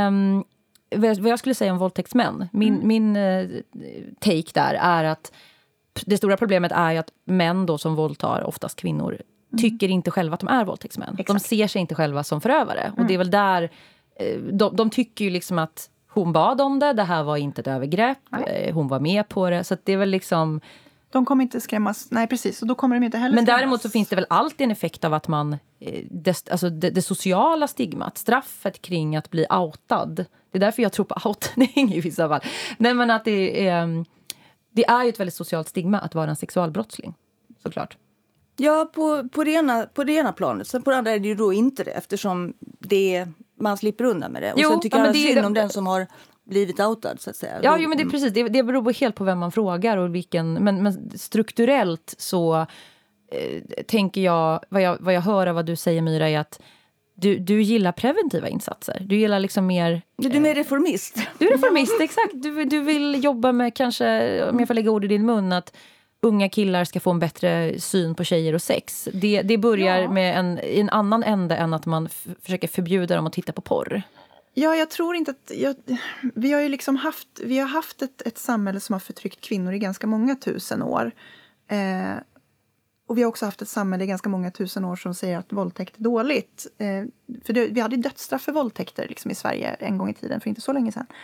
vad jag skulle säga om våldtäktsmän. Min take där är att det stora problemet är ju att män då som våldtar, oftast kvinnor, tycker inte själva att de är våldtäktsmän. Exakt. De ser sig inte själva som förövare. Och det är väl där de tycker ju liksom att hon bad om det här var inte ett övergrepp. Hon var med på det. Så att det är väl liksom... De kommer inte skrämmas. Nej, precis. Och då kommer de inte heller Men skrämmas. däremot så finns det väl alltid en effekt av att man... det sociala stigmat. Straffet kring att bli outad. Det är därför jag tror på outning i vissa fall. Nej, men att det är ju ett väldigt socialt stigma att vara en sexualbrottsling. Såklart. Ja, på det ena planet. Sen på det andra är det ju då inte det. Eftersom man slipper undan med det. Och sen tycker jag synd om den som har blivit outad, så att säga. Ja, men det är precis. Det beror helt på vem man frågar och vilken... Men strukturellt så tänker jag... Vad jag hör av vad du säger, Myra, är att du gillar preventiva insatser. Du gillar liksom mer... Du är mer reformist. Du är reformist, exakt. Du vill jobba med, kanske, om jag får lägga ord i din mun, att unga killar ska få en bättre syn på tjejer och sex. Det börjar med en annan ände än att man försöker förbjuda dem att titta på porr. Ja, jag tror inte att... vi har ju liksom haft ett samhälle som har förtryckt kvinnor i ganska många tusen år. Och vi har också haft ett samhälle i ganska många tusen år som säger att våldtäkt är dåligt. Vi hade dödsstraff för våldtäkter liksom i Sverige en gång i tiden, för inte så länge sedan.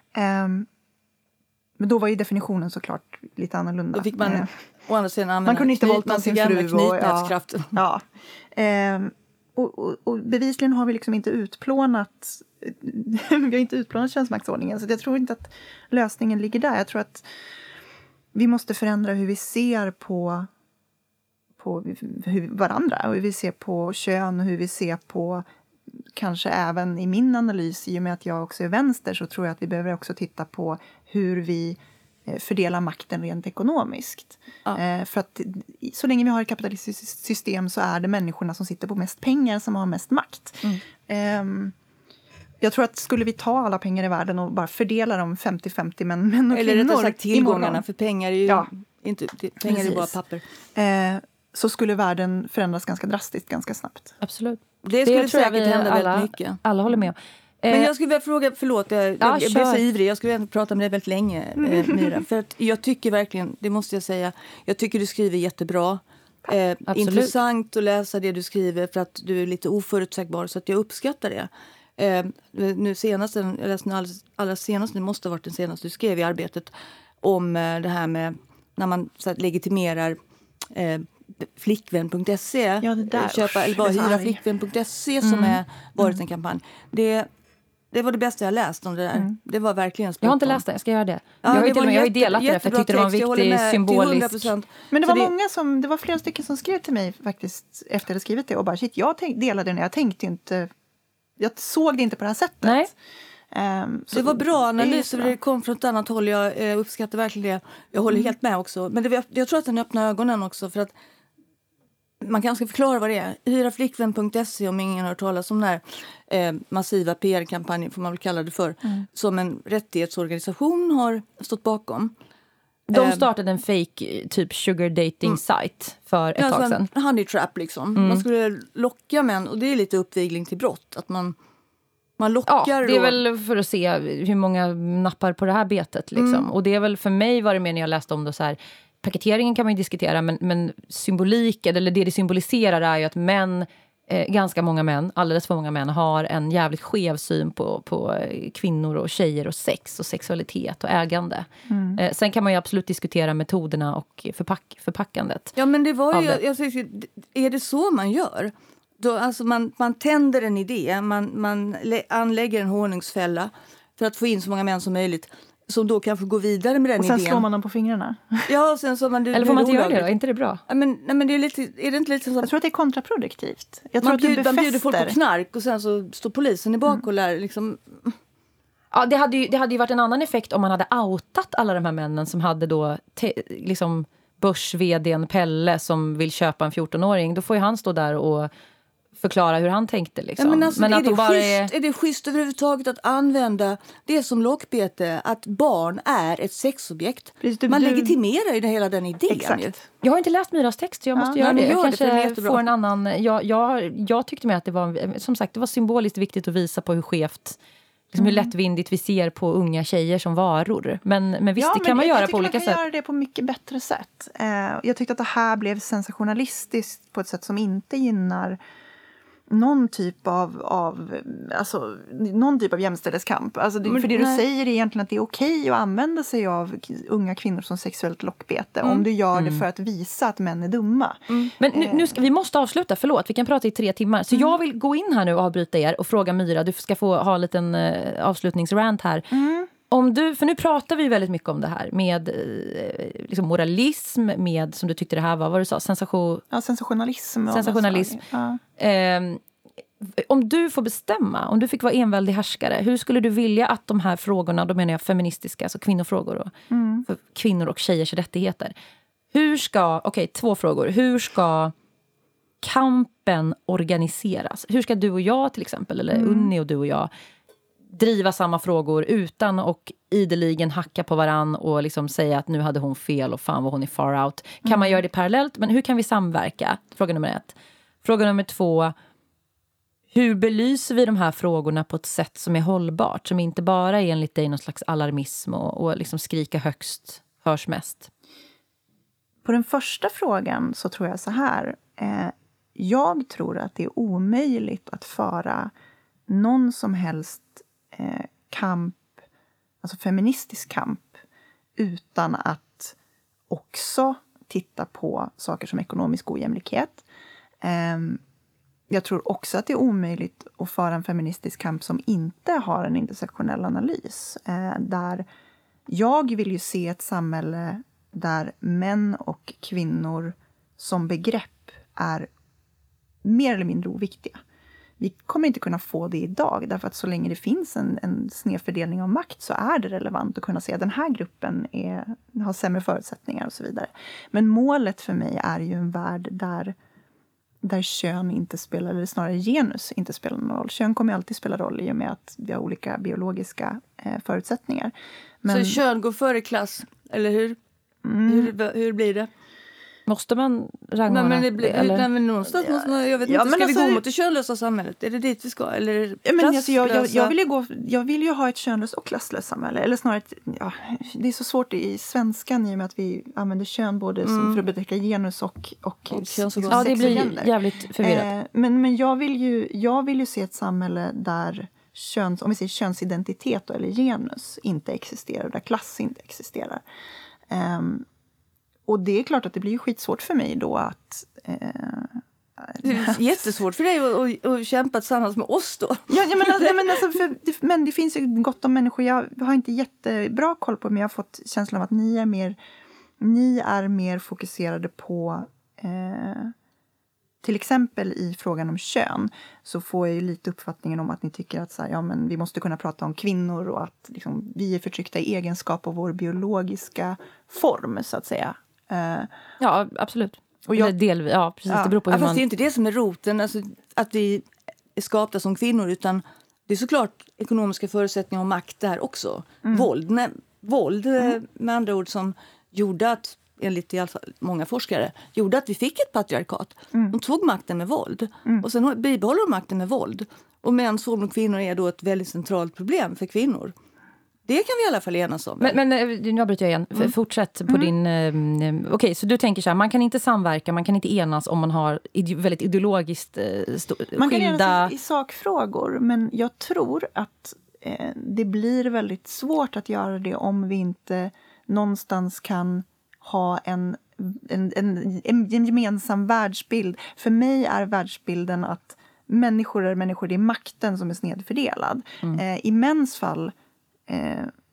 Men då var ju definitionen såklart lite annorlunda. Då fick man å andra sidan använda man kunde inte våldta sin fru. Knytnätskraft. Och bevisligen har vi liksom inte utplånat vi har inte utplånat könsmaktsordningen. Så jag tror inte att lösningen ligger där. Jag tror att vi måste förändra hur vi ser på varandra. Och hur vi ser på kön och hur vi ser på, kanske även i min analys, i och med att jag också är vänster, så tror jag att vi behöver också titta på hur vi fördelar makten rent ekonomiskt. För att så länge vi har ett kapitalistiskt system så är det människorna som sitter på mest pengar som har mest makt. Jag tror att skulle vi ta alla pengar i världen och bara fördela dem 50-50 män och kvinnor. Eller rättare sagt tillgångarna, för pengar är ju inte, pengar är bara papper. Så skulle världen förändras ganska drastiskt, ganska snabbt. Absolut. Det skulle säkert hända väldigt mycket. Alla håller med. Men jag skulle vilja fråga, förlåt, jag blev så ivrig. Jag skulle vilja prata med dig väldigt länge, Myra. För att jag tycker verkligen, det måste jag säga, jag tycker du skriver jättebra. Intressant att läsa det du skriver, för att du är lite oförutsägbar, så att jag uppskattar det. Nu senast, jag läste allra senast, nu måste ha varit den senaste du skrev i Arbetet, om det här med när man så att legitimerar flickvän.se, köpa eller bara hyra flickvän.se som är varit en kampanj. Det var det bästa jag läst om det där. Det var verkligen jag har inte läst det, jag ska göra det. Jag har ju delat det för jag tyckte det var en viktig symbolisk. Men det var det var flera stycken som skrev till mig faktiskt efter att jag skrivit det och bara shit, jag delade den, jag tänkte inte, jag såg det inte på det här sättet. Nej. Det var bra analys och det kom från ett annat håll. Jag uppskattar verkligen det. Jag håller helt med också. Men jag tror att den öppnar ögonen också, för att man kanske ska förklara vad det är. Hyraflickvän.se, om ingen har hört talas om den här massiva PR-kampanjen, får man väl kalla det för, som en rättighetsorganisation har stått bakom. De startade en fake typ sugar dating site för ett tag sedan. En honey trap liksom. Man skulle locka män, och det är lite uppvigling till brott, att man lockar. Ja, det är väl för att se hur många nappar på det här betet liksom. Och det är väl för mig, var det med när jag läste om det så här, paketeringen kan man ju diskutera, men symbolik, eller det symboliserar är ju att män, ganska många män, alldeles för många män, har en jävligt skev syn på kvinnor och tjejer och sex och sexualitet och ägande. Sen kan man ju absolut diskutera metoderna och förpackandet. Ja, men det var ju, är det så man gör? Då, alltså man tänder en idé, man anlägger en honungsfälla för att få in så många män som möjligt. som då kanske går vidare med den Och sen idén. slår man dem på fingrarna. Ja, och sen så man Eller får man inte göra det då? Är inte det bra? Ja, men det är, är det inte lite så Jag tror att det är kontraproduktivt. Jag tror man att du befäster. bjuder folk på knark och sen så står polisen i bak och lär liksom... Ja, det hade ju varit en annan effekt om man hade outat alla de här männen som hade då liksom börs-vdn Pelle som vill köpa en 14-åring. Då får ju han stå där och förklara hur han tänkte. Liksom. Ja, men alltså, att de bara är det schysst överhuvudtaget att använda det som lockbete, att barn är ett sexobjekt? Precis, man legitimerar ju hela den idén. Exakt. Jag har inte läst Myras text, så jag måste göra det. Jag kanske för det får en annan... Jag tyckte med att det var, som sagt, det var symboliskt viktigt att visa på hur skevt, liksom hur lättvindigt vi ser på unga tjejer som varor. Men visst, det kan man göra på olika sätt. Jag tycker man kan göra det på mycket bättre sätt. Jag tyckte att det här blev sensationalistiskt på ett sätt som inte gynnar någon typ av jämställdhetskamp. Alltså för det du säger är egentligen att det är okej att använda sig av unga kvinnor som sexuellt lockbete om du gör det för att visa att män är dumma. Men nu vi måste avsluta, förlåt. Vi kan prata i 3 timmar. Så jag vill gå in här nu och avbryta er och fråga Myra. Du ska få ha en liten avslutningsrant här. För nu pratar vi väldigt mycket om det här med liksom moralism, med, som du tyckte det här var, vad du sa, sensationalism. Sensationalism. Ja. Om du får bestämma, om du fick vara enväldig härskare, hur skulle du vilja att de här frågorna, då menar jag feministiska, alltså kvinnofrågor då, för kvinnor och tjejers rättigheter. 2 frågor. Hur ska kampen organiseras? Hur ska du och jag till exempel, eller Unni och du och jag, driva samma frågor utan och ideligen hacka på varann och liksom säga att nu hade hon fel och fan vad hon är far out. Kan man göra det parallellt? Men hur kan vi samverka? Fråga nummer 1. Fråga nummer 2. Hur belyser vi de här frågorna på ett sätt som är hållbart? Som inte bara är enligt dig någon slags alarmism och liksom skrika högst, hörs mest? På den första frågan så tror jag så här. Jag tror att det är omöjligt att föra någon som helst kamp, alltså feministisk kamp, utan att också titta på saker som ekonomisk ojämlikhet. Jag tror också att det är omöjligt att föra en feministisk kamp som inte har en intersektionell analys. Där jag vill ju se ett samhälle där män och kvinnor som begrepp är mer eller mindre oviktiga. Vi kommer inte kunna få det idag, därför att så länge det finns en snedfördelning av makt så är det relevant att kunna se att den här gruppen har sämre förutsättningar och så vidare. Men målet för mig är ju en värld där kön inte spelar, eller snarare genus inte spelar någon roll. Kön kommer alltid spela roll i och med att vi har olika biologiska förutsättningar. Så kön går före klass, eller hur? Hur blir det? Måste man rangordna? Men någonstans måste man, jag vet inte, ska vi gå mot det könlösa samhället? Är det dit vi ska? Eller jag vill ju ha ett könlöst och klasslöst samhälle. Eller snarare, det är så svårt i svenskan i och med att vi använder kön både för att betäcka genus och ja, det blir jävligt förvirrat. Men jag vill ju se ett samhälle där om vi säger könsidentitet då, eller genus inte existerar, där klass inte existerar. Och det är klart att det blir skitsvårt för mig då att... det är jättesvårt för dig att kämpa tillsammans med oss då. Men det finns ju gott om människor. Jag har inte jättebra koll på, men jag har fått känslan av att ni är mer fokuserade på... till exempel i frågan om kön så får jag ju lite uppfattningen om att ni tycker att men vi måste kunna prata om kvinnor och att liksom, vi är förtryckta i egenskap av vår biologiska form, så att säga. Ja, absolut. Och precis. Det beror på hur fast det är inte det som är roten, alltså, att vi är skapta som kvinnor, utan det är såklart ekonomiska förutsättningar och makt där också. Våld med andra ord, som gjorde att, enligt i alla fall många forskare, gjorde att vi fick ett patriarkat. De tog makten med våld. Och sen bibehåller de makten med våld. Och mäns våld mot kvinnor är då ett väldigt centralt problem för kvinnor. Det kan vi i alla fall enas om. Men nu avbryter jag igen. Fortsätt på din... Okej, så du tänker så här, man kan inte samverka, man kan inte enas om man har väldigt ideologiskt skilda... Man kan enas i sakfrågor, men jag tror att det blir väldigt svårt att göra det om vi inte någonstans kan ha en gemensam världsbild. För mig är världsbilden att människor, det är makten som är snedfördelad. I mäns fall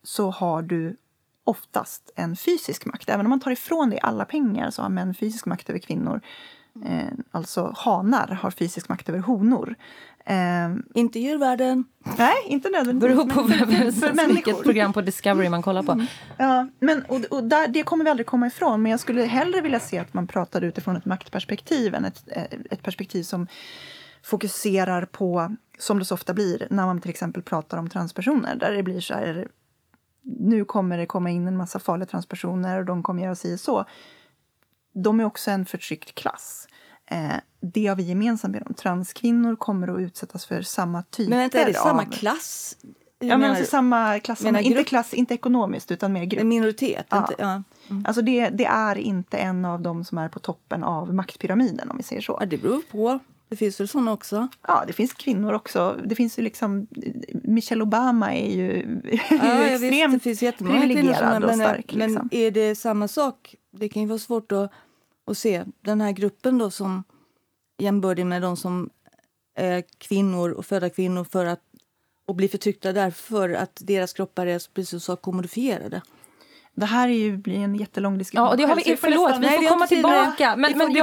så har du oftast en fysisk makt. Även om man tar ifrån dig alla pengar så har män fysisk makt över kvinnor. Alltså hanar har fysisk makt över honor. Inte i djurvärlden. Nej, inte nödvändigtvis. Beror på för vilket program på Discovery man kollar på. Ja, men, och det kommer vi aldrig komma ifrån. Men jag skulle hellre vilja se att man pratar utifrån ett maktperspektiv än ett perspektiv som fokuserar på, som det så ofta blir, när man till exempel pratar om transpersoner. Där det blir så här, nu kommer det komma in en massa farliga transpersoner och de kommer göra sig så. De är också en förtryckt klass. Det har vi gemensamt med dem. Transkvinnor kommer att utsättas för samma typer av... Men vänta, är det samma klass? Ja, men alltså samma klass. Inte klass, inte ekonomiskt, utan mer grupp. En minoritet? Ja. Inte, ja. Alltså det är inte en av dem som är på toppen av maktpyramiden, om vi säger så. Ja, det beror på. Det finns väl sådana också? Ja, det finns kvinnor också. Det finns ju liksom... Michelle Obama är ju extremt privilegierad och stark. Men liksom. Är det samma sak? Det kan ju vara svårt att se. Den här gruppen då som jämbördig med de som är kvinnor och födda kvinnor för att och bli förtryckta därför att deras kroppar är precis så kommodifierade. Det här blir en jättelång diskussion. Ja, och det har vi, vi får komma tillbaka.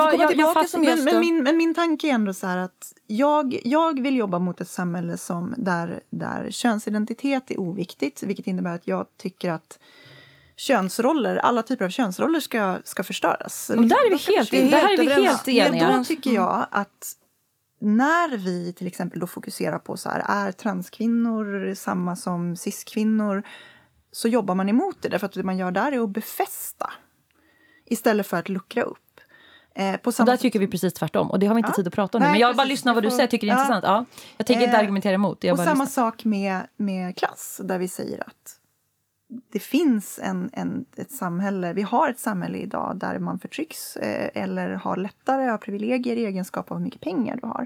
Men min tanke är ändå så här att jag vill jobba mot ett samhälle som där könsidentitet är oviktigt, vilket innebär att jag tycker att könsroller, alla typer av könsroller ska förstöras. Men där är vi helt eniga. Då tycker jag att när vi till exempel då fokuserar på så här, är transkvinnor samma som cis-kvinnor, så jobbar man emot det. Därför att det man gör där är att befästa istället för att luckra upp. Och där tycker vi precis tvärtom. Och det har vi inte tid att prata om nu. Men jag bara lyssnar vad du säger, tycker det är intressant. Ja. Jag tänker inte argumentera emot. Och samma sak med klass, där vi säger att det finns ett samhälle, vi har ett samhälle idag där man förtrycks eller har lättare av privilegier i egenskap av hur mycket pengar du har.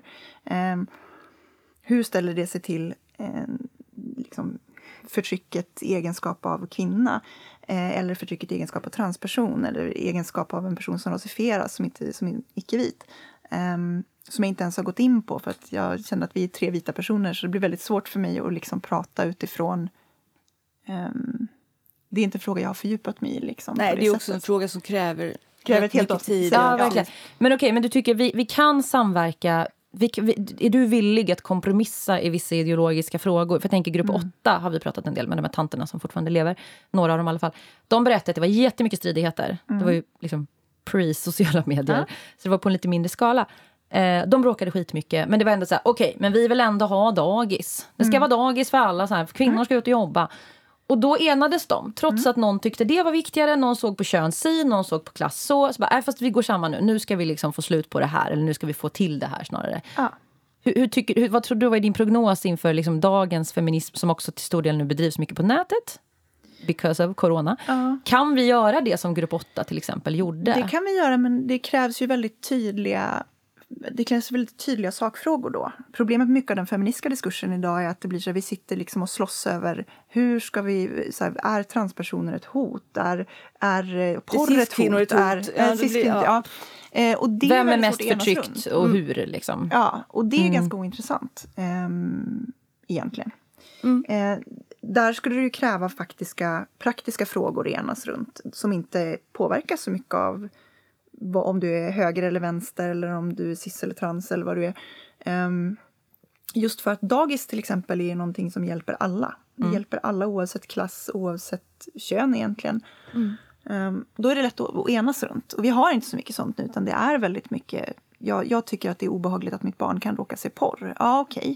Hur ställer det sig till liksom förtrycket i egenskap av kvinna eller förtrycket i egenskap av transperson eller i egenskap av en person som rasifieras som är icke-vit, som jag inte ens har gått in på för att jag känner att vi är 3 vita personer, så det blir väldigt svårt för mig att liksom prata utifrån det är inte en fråga jag har fördjupat mig i. Liksom, nej, det är också en fråga som kräver ett helt mycket tid. Ja, verkligen. Men okej, men du tycker vi kan samverka. Är du villig att kompromissa i vissa ideologiska frågor? För jag tänker grupp 8 har vi pratat en del med, de här tanterna som fortfarande lever. Några av dem i alla fall. De berättade att det var jättemycket stridigheter. Det var ju liksom pre-sociala medier. Så det var på en lite mindre skala. De bråkade skitmycket. Men det var ändå så här, okej, men vi vill ändå ha dagis. Det ska vara dagis för alla. Så här, för kvinnor ska ut och jobba. Och då enades de, trots att någon tyckte det var viktigare, någon såg på kön si, någon såg på klass så bara, fast vi går samman nu ska vi liksom få slut på det här, eller nu ska vi få till det här snarare. Ja. Vad tror du var din prognos inför liksom dagens feminism som också till stor del nu bedrivs mycket på nätet? Because of corona. Ja. Kan vi göra det som grupp 8 till exempel gjorde? Det kan vi göra, men det krävs ju väldigt tydliga sakfrågor då. Problemet med mycket av den feministiska diskursen idag är att det blir så att vi sitter liksom och slåss över hur ska vi, så här, är transpersoner ett hot? Är porr ett hot? Och det vem är mest förtryckt och hur liksom? Ja, och det är ganska ointressant egentligen. Där skulle det ju kräva praktiska frågor enas runt som inte påverkas så mycket av om du är höger eller vänster eller om du är cis eller trans eller vad du är. Just för att dagis till exempel är någonting som hjälper alla. Det hjälper alla oavsett klass, oavsett kön egentligen. Då är det lätt att enas runt. Och vi har inte så mycket sånt nu, utan det är väldigt mycket. Jag tycker att det är obehagligt att mitt barn kan råka se porr. Ja, okej.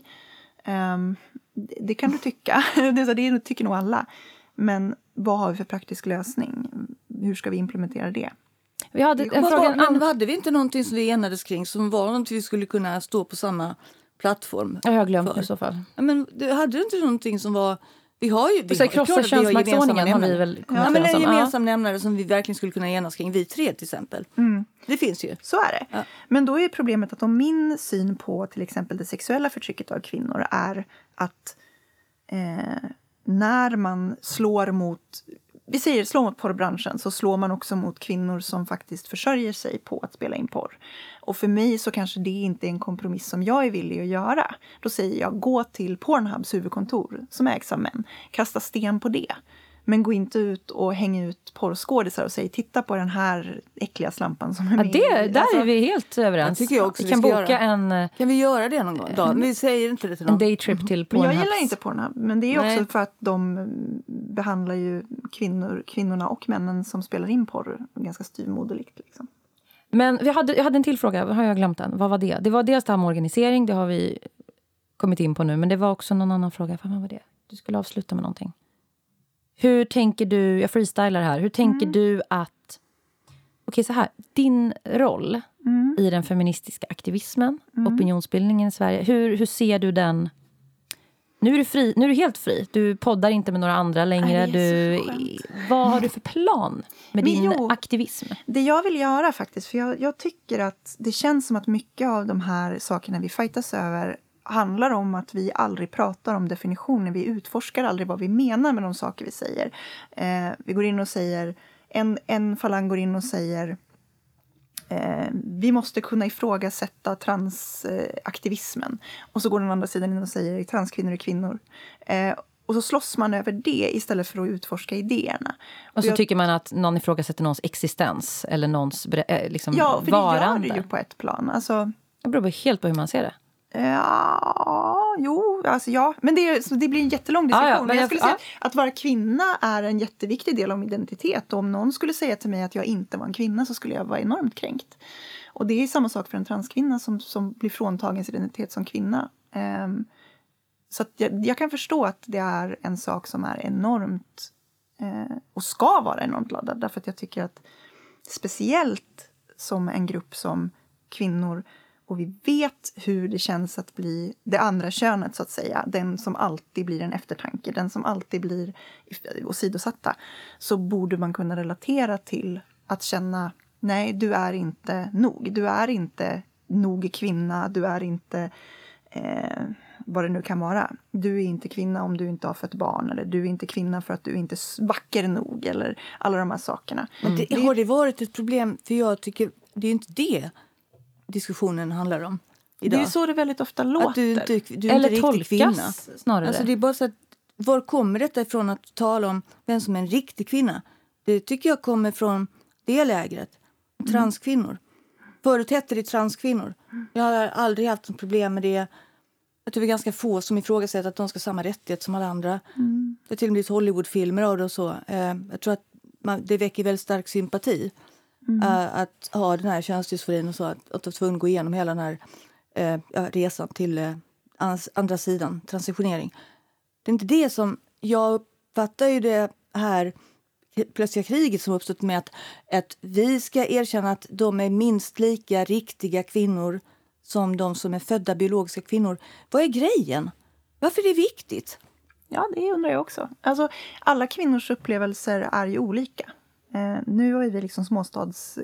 Det kan du tycka. Det tycker nog alla. Men vad har vi för praktisk lösning? Hur ska vi implementera det? Vi hade en fråga. Men hade vi inte någonting som vi enades kring som var någonting vi skulle kunna stå på samma plattform? Jag har glömt i så fall. Ja, men hade du inte någonting som var... Vi har ju... Krossa könsmaktsordningen har vi väl kommit men en gemensam nämnare som vi verkligen skulle kunna enas kring. Vi 3 till exempel. Det finns ju. Så är det. Ja. Men då är problemet att om min syn på till exempel det sexuella förtrycket av kvinnor är att när man slår mot porrbranschen, så slår man också mot kvinnor som faktiskt försörjer sig på att spela in porr. Och för mig så kanske det inte är en kompromiss som jag är villig att göra. Då säger jag, gå till Pornhubs huvudkontor som ägs av män. Kasta sten på det. Men gå inte ut och häng ut porrskådisar och säg titta på den här äckliga slampan som är med. Där är vi helt överens. Tycker jag också vi kan boka Kan vi göra det någon gång? Då? Vi säger inte det till någon. En daytrip till Men jag Pornhub. gillar inte Pornhub. Men det är också för att de behandlar ju kvinnorna och männen som spelar in porr ganska styvmoderligt. Liksom. Men jag hade en till fråga, har jag glömt den? Vad var det? Det var dels det här med organisering, det har vi kommit in på nu. Men det var också någon annan fråga. Vad var det? Du skulle avsluta med någonting. Hur tänker du, jag freestylar här, hur tänker du att, okej, så här, din roll i den feministiska aktivismen, opinionsbildningen i Sverige, hur ser du den? Nu är du helt fri, du poddar inte med några andra längre. Vad har du för plan med din aktivism? Det jag vill göra faktiskt, för jag tycker att det känns som att mycket av de här sakerna vi fightas över handlar om att vi aldrig pratar om definitioner. Vi utforskar aldrig vad vi menar med de saker vi säger. Vi går in och säger, en falang går in och säger vi måste kunna ifrågasätta transaktivismen. Och så går den andra sidan in och säger transkvinnor är kvinnor. Och så slåss man över det istället för att utforska idéerna. Och så tycker man att någon ifrågasätter någons existens eller någons liksom ja, för varande. det gör det ju på ett plan. Alltså, det beror helt på hur man ser det. Men det blir en jättelång diskussion. Men jag skulle säga att vara kvinna är en jätteviktig del av min identitet. Och om någon skulle säga till mig att jag inte var en kvinna så skulle jag vara enormt kränkt. Och det är samma sak för en transkvinna som blir fråntagen sin identitet som kvinna. Så att jag kan förstå att det är en sak som är enormt och ska vara enormt laddad. Därför att jag tycker att speciellt som en grupp som kvinnor, och vi vet hur det känns att bli det andra könet så att säga. Den som alltid blir en eftertanke. Den som alltid blir åsidosatta. Så borde man kunna relatera till att känna, nej, du är inte nog. Du är inte nog kvinna. Du är inte vad det nu kan vara. Du är inte kvinna om du inte har fått barn. Eller du är inte kvinna för att du inte är vacker nog. Eller alla de här sakerna. Men har det varit ett problem? För jag tycker, det är inte det diskussionen handlar om idag. Det är så det väldigt ofta låter. Att du är eller inte riktig kvinna. Snarare. Alltså det är bara så att, var kommer detta ifrån att tala om vem som är en riktig kvinna? Det tycker jag kommer från det lägret. Transkvinnor. Förut hette det transkvinnor. Jag har aldrig haft något problem med det. Jag tror det är ganska få som ifrågasätter att de ska ha samma rättighet som alla andra. Det är till och med blivit Hollywoodfilmer av det och så. Jag tror att det väcker väldigt stark sympati. Att ha den här könsdysforin och så. Att tvungen gå igenom hela den här resan till andra sidan. Transitionering. Det är inte det som... Jag uppfattar ju det här plötsliga kriget som uppstått med att vi ska erkänna att de är minst lika riktiga kvinnor som de som är födda biologiska kvinnor. Vad är grejen? Varför är det viktigt? Ja, det undrar jag också. Alltså, alla kvinnors upplevelser är ju olika. Nu är vi liksom småstads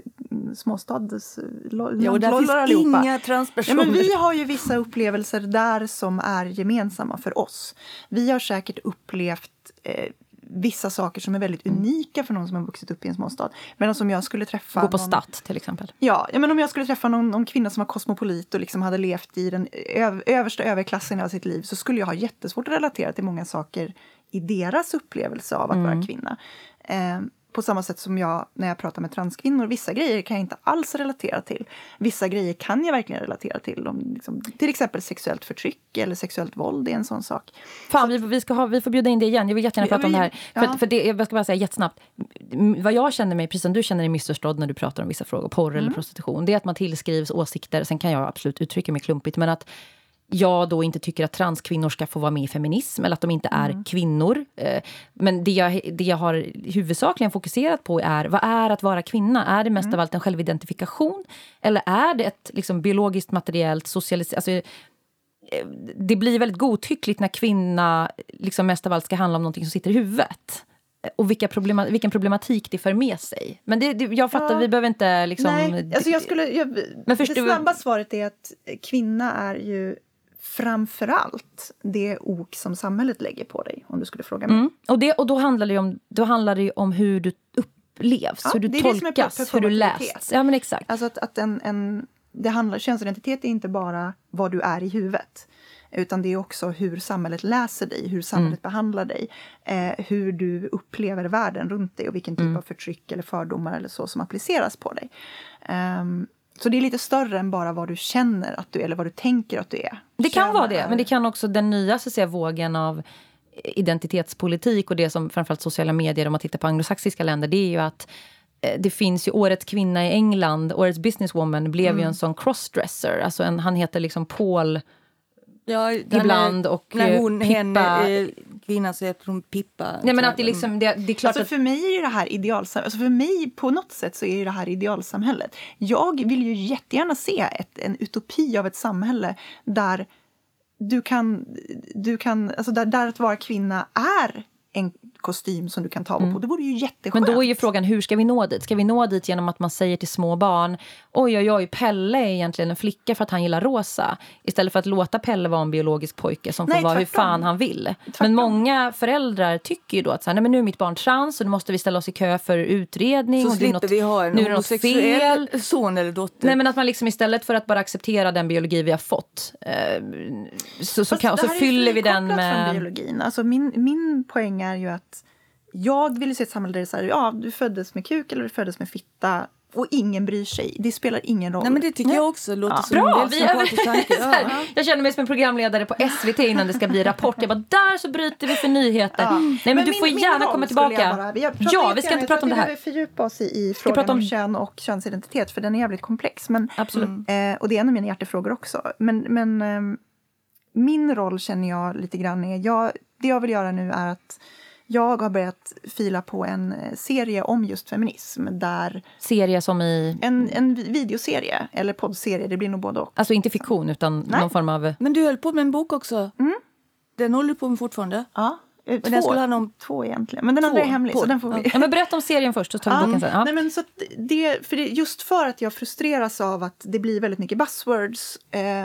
och där finns allihopa. Inga transpersoner. Ja, men vi har ju vissa upplevelser där som är gemensamma för oss. Vi har säkert upplevt vissa saker som är väldigt unika för någon som har vuxit upp i en småstad. Men som jag skulle träffa... Gå på stat till exempel. Ja, men om jag skulle träffa någon kvinna som var kosmopolit och liksom hade levt i den översta överklassen av sitt liv, så skulle jag ha jättesvårt att relatera till många saker i deras upplevelse av att vara kvinna. På samma sätt som jag, när jag pratar med transkvinnor, vissa grejer kan jag inte alls relatera till. Vissa grejer kan jag verkligen relatera till. Till exempel sexuellt förtryck eller sexuellt våld är en sån sak. Fan, vi får bjuda in det igen. Jag vill jättegärna prata om det här. För det, jag ska bara säga jättesnabbt. Vad jag känner mig, precis som du känner dig missförstådd när du pratar om vissa frågor, porr eller prostitution, det är att man tillskrivs åsikter. Sen kan jag absolut uttrycka mig klumpigt, men att jag då inte tycker att transkvinnor ska få vara med i feminism eller att de inte är kvinnor. Men det jag har huvudsakligen fokuserat på är, vad är att vara kvinna? Är det mest av allt en självidentifikation? Eller är det ett liksom, biologiskt, materiellt, socialiserat... Alltså, det blir väldigt godtyckligt när kvinna liksom, mest av allt ska handla om någonting som sitter i huvudet. Och vilken problematik det för med sig. Men jag fattar, vi behöver inte liksom... Nej, alltså det snabba svaret är att kvinna är ju framförallt det ok som samhället lägger på dig, om du skulle fråga mig. Och då handlar det om hur du upplevs, hur du tolkas, hur du läst. Ja, men exakt. Alltså att könsidentitet är inte bara vad du är i huvudet. utan det är också hur samhället läser dig, hur samhället behandlar dig, hur du upplever världen runt dig och vilken typ av förtryck eller fördomar eller så som appliceras på dig. Så det är lite större än bara vad du känner att du är eller vad du tänker att du är. Det kan vara det, men det kan också den nya så att säga, vågen av identitetspolitik och det som framförallt sociala medier om man tittar på anglosaxiska länder, det är ju att det finns ju årets kvinna i England, årets businesswoman blev ju en sån crossdresser, alltså han heter liksom Paul ibland och när hon Pippa. henne kvinna så heter hon Pippa. Nej, men att det liksom det är klart alltså för mig är det här idealsamhället, alltså för mig på något sätt så är det här idealsamhället. Jag vill ju jättegärna se en utopi av ett samhälle där du kan alltså där att vara kvinna är en kostym som du kan ta på. Det vore ju jätteskönt. Men då är ju frågan, hur ska vi nå dit? Ska vi nå dit genom att man säger till små barn, oj, Pelle är egentligen en flicka för att han gillar rosa. Istället för att låta Pelle vara en biologisk pojke som får vara hur fan han vill. Men många föräldrar tycker ju då att så här, nej, men nu är mitt barn trans och nu måste vi ställa oss i kö för utredning. Så och slipper vi ha en homosexuell son eller dotter. Nej, men att man liksom istället för att bara acceptera den biologi vi har fått så fyller vi den med... från biologin. Alltså min poäng är ju att jag vill se ett samhälle där det är så här, du föddes med kuk eller du föddes med fitta och ingen bryr sig. Det spelar ingen roll. Nej, men det tycker jag också låter som bra, en sympatisk tanke. Jag känner mig som en programledare på SVT innan det ska bli Rapport. Jag bara, där så bryter vi för nyheter. Nej, men du får gärna komma tillbaka. Vi ska inte prata om det här. Vi behöver fördjupa oss i frågan om kön och könsidentitet, för den är jävligt komplex. Men, absolut. Och det är en av mina hjärtefrågor också. Men min roll känner jag lite grann är, det jag vill göra nu är att jag har börjat fila på en serie om just feminism. Serie som i... En videoserie eller poddserie, det blir nog både och. Alltså inte fiktion utan någon form av... Men du höll på med en bok också. Den håller du på med fortfarande? Ja, två egentligen. Men den andra är hemlig, så den får vi... Ja, men berätta om serien först och tar vi boken sen. Ja. Nej, men så att just för att jag frustreras av att det blir väldigt mycket buzzwords...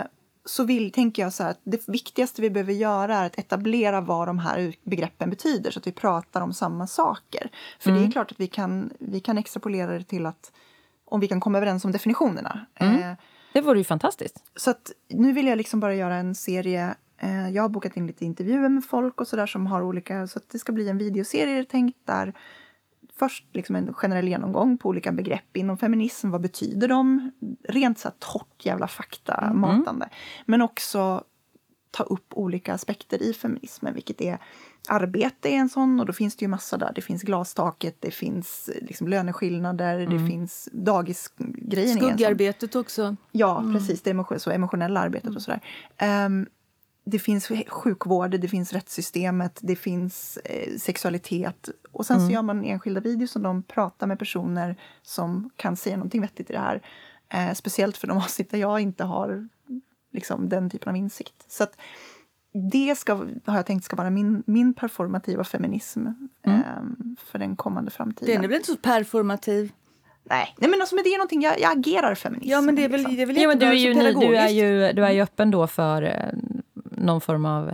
så tänker jag så här att det viktigaste vi behöver göra är att etablera vad de här begreppen betyder så att vi pratar om samma saker. För det är klart att vi kan extrapolera det till att om vi kan komma överens om definitionerna. Det vore ju fantastiskt. Så att nu vill jag liksom bara göra en serie. Jag har bokat in lite intervjuer med folk och sådär som har olika, så att det ska bli en videoserie tänkt där. Först liksom en generell genomgång på olika begrepp inom feminism. Vad betyder de? Rent så här torrt jävla fakta matande. Men också ta upp olika aspekter i feminismen. Vilket är arbete är en sån. Och då finns det ju massa där. Det finns glastaket. Det finns liksom löneskillnader. Det finns dagisgrejen. Skuggarbetet också. Ja, precis. Det emotionella arbetet och sådär. Det finns sjukvård, det finns rättssystemet, det finns sexualitet. Och sen så gör man enskilda videos som de pratar med personer som kan säga någonting vettigt i det här. Speciellt för de avsnitt där jag inte har liksom, den typen av insikt. Så att det har jag tänkt ska vara min performativa feminism för den kommande framtiden. Den är väl inte så performativ? Nej, men alltså, men det är någonting, jag agerar feminism. Ja, men det är väl inte men du är ju öppen då för någon form av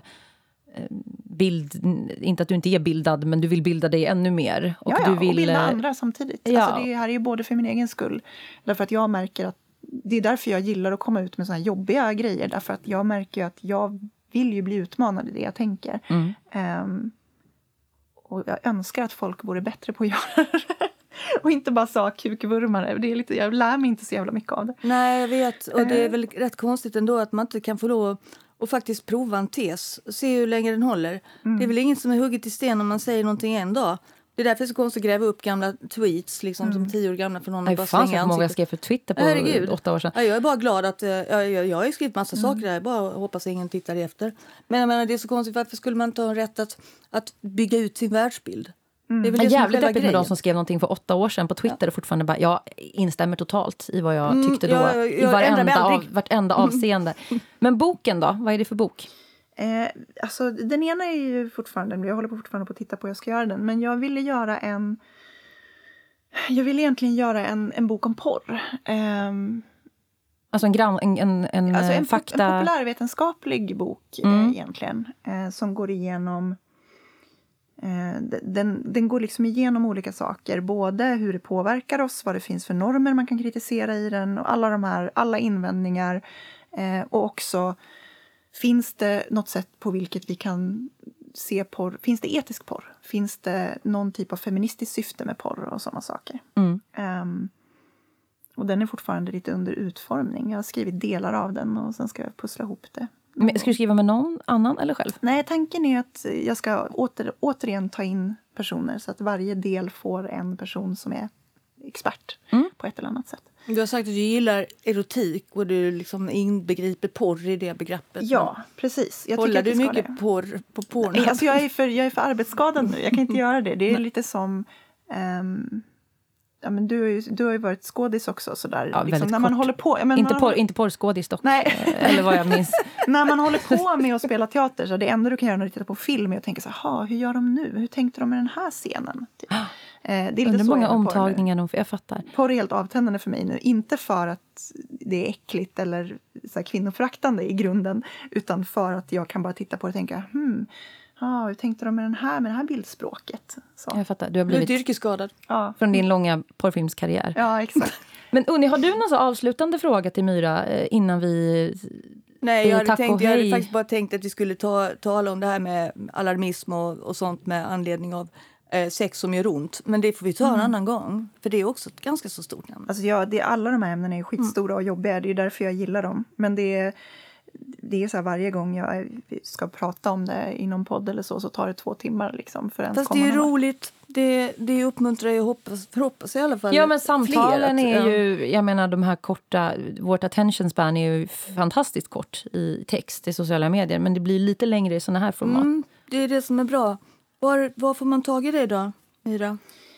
bild, inte att du inte är bildad, men du vill bilda dig ännu mer. Och du vill och bilda andra samtidigt. Ja. Alltså det här är ju både för min egen skull. Därför att jag märker att det är därför jag gillar att komma ut med såna här jobbiga grejer. Därför att jag märker att jag vill ju bli utmanad i det jag tänker. Och jag önskar att folk vore bättre på att göra det. Och inte bara sa kukvurmare. Det är lite, jag lär mig inte så jävla mycket av det. Nej, jag vet. Och det är väl rätt konstigt ändå att man inte kan få lov och faktiskt prova en tes. Se hur länge den håller. Det är väl inget som är hugget i sten om man säger någonting en dag. Det är därför det är så konstigt att gräva upp gamla tweets liksom, som 10 år gamla för någon. Bara slänga ansiktet. Jag skrev för Twitter på 8 år sedan. Ja, jag är bara glad att jag har skrivit massa saker där. Jag bara hoppas ingen tittar efter. Men jag menar, det är så konstigt. Varför skulle man inte ha rätt att bygga ut sin världsbild? Det är väl jävligt deppigt med de som skrev någonting för 8 år sedan på Twitter och fortfarande bara, jag instämmer totalt i vad jag tyckte då. I vartenda avseende. Men boken då? Vad är det för bok? Alltså, den ena är ju fortfarande, jag håller fortfarande på att titta på hur jag ska göra den. Men jag ville egentligen göra en bok om porr. Alltså en fakta... En populärvetenskaplig bok egentligen. Som går igenom... Den går liksom igenom olika saker. Både hur det påverkar oss, vad det finns för normer man kan kritisera i den. Och alla invändningar. Och också finns det något sätt på vilket vi kan se porr? Finns det etisk porr? Finns det någon typ av feministiskt syfte med porr och sådana saker? Och den är fortfarande lite under utformning. Jag har skrivit delar av den och sen ska jag pussla ihop det. Men ska du skriva med någon annan eller själv? Nej, tanken är att jag ska återigen ta in personer så att varje del får en person som är expert på ett eller annat sätt. Du har sagt att du gillar erotik och du liksom inbegriper porr i det begreppet. Ja, precis. Jag håller tycker du mycket porr på porr? Nej, alltså jag är för arbetsskadad nu. Jag kan inte göra det. Det är lite som... ja, men du har ju varit skådis också. Sådär, ja, liksom, när man håller på, inte porrskådis dock. Nej. Eller vad jag minns. När man håller på med att spela teater så det enda du kan göra när du tittar på film är att tänka så här, hur gör de nu? Hur tänkte de med den här scenen? Typ. Det är lite många omtagningar jag fattar. Porr är helt avtändande för mig nu. Inte för att det är äckligt eller så här kvinnoföraktande i grunden. Utan för att jag kan bara titta på det och tänka, hur tänkte de med det här bildspråket? Så. Jag fattar. Du har blivit yrkesskadad. Ja. Från din långa porrfilmskarriär. Ja, exakt. Men Unni, har du någon så avslutande fråga till Myra innan vi... Nej, jag hade faktiskt bara tänkt att vi skulle tala om det här med alarmism och sånt med anledning av sex som gör ont. Men det får vi ta en annan gång. För det är också ett ganska så stort ämne. Alltså alla de här ämnena är skitstora och jobbiga. Det är därför jag gillar dem. Men det är så här, varje gång jag ska prata om det i någon podd eller så tar det 2 timmar liksom. Fast det är roligt. Det uppmuntrar jag hoppas i alla fall. Ja, men samtalen är ju, jag menar de här korta, vårt attention span är ju fantastiskt kort i text i sociala medier. Men det blir lite längre i såna här format. Det är det som är bra. Var får man tag i det då, Myra?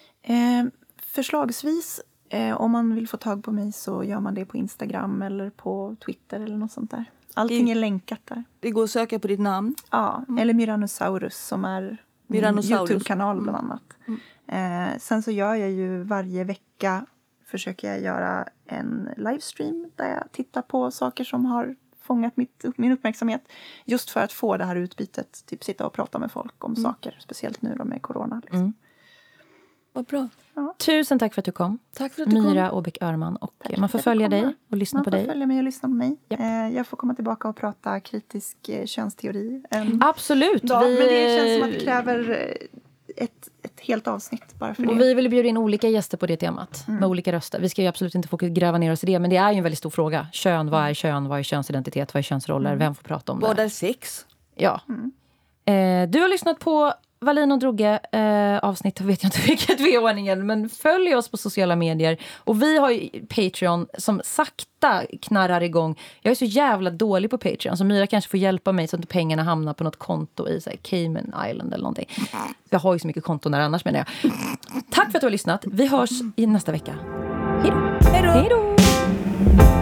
Förslagsvis, om man vill få tag på mig så gör man det på Instagram eller på Twitter eller något sånt där. Allting är länkat där. Det går att söka på ditt namn. Ja, eller Myranosaurus som är min YouTube-kanal bland annat. Sen så gör jag ju varje vecka, försöker jag göra en livestream där jag tittar på saker som har fångat min uppmärksamhet. Just för att få det här utbytet, typ sitta och prata med folk om saker, speciellt nu då med corona. Liksom. Vad bra. Ja. Tusen tack för att du kom. Tack för att du kom. Myra Åbäck-Öhrman. Och man får följa dig och lyssna på dig. Man får följa mig och lyssna på mig. Yep. Jag får komma tillbaka och prata kritisk könsteori. Absolut. Men det känns som att det kräver ett helt avsnitt bara för det. Och vi vill bjuda in olika gäster på det temat. Med olika röster. Vi ska ju absolut inte få gräva ner oss i det. Men det är ju en väldigt stor fråga. Kön, vad är könsidentitet? Vad är könsroller? Vem får prata om det? Vad är sex? Ja. Du har lyssnat på Wallin och Droge avsnitt, vet jag inte vilket vi är ordningen, men följ oss på sociala medier. Och vi har ju Patreon som sakta knarrar igång. Jag är så jävla dålig på Patreon, så Myra kanske får hjälpa mig så att pengarna hamnar på något konto i så här, Cayman Island eller någonting. Jag har ju så mycket konton där annars, menar jag. Tack för att du har lyssnat. Vi hörs i nästa vecka. Hej då! Hej då! Hej då!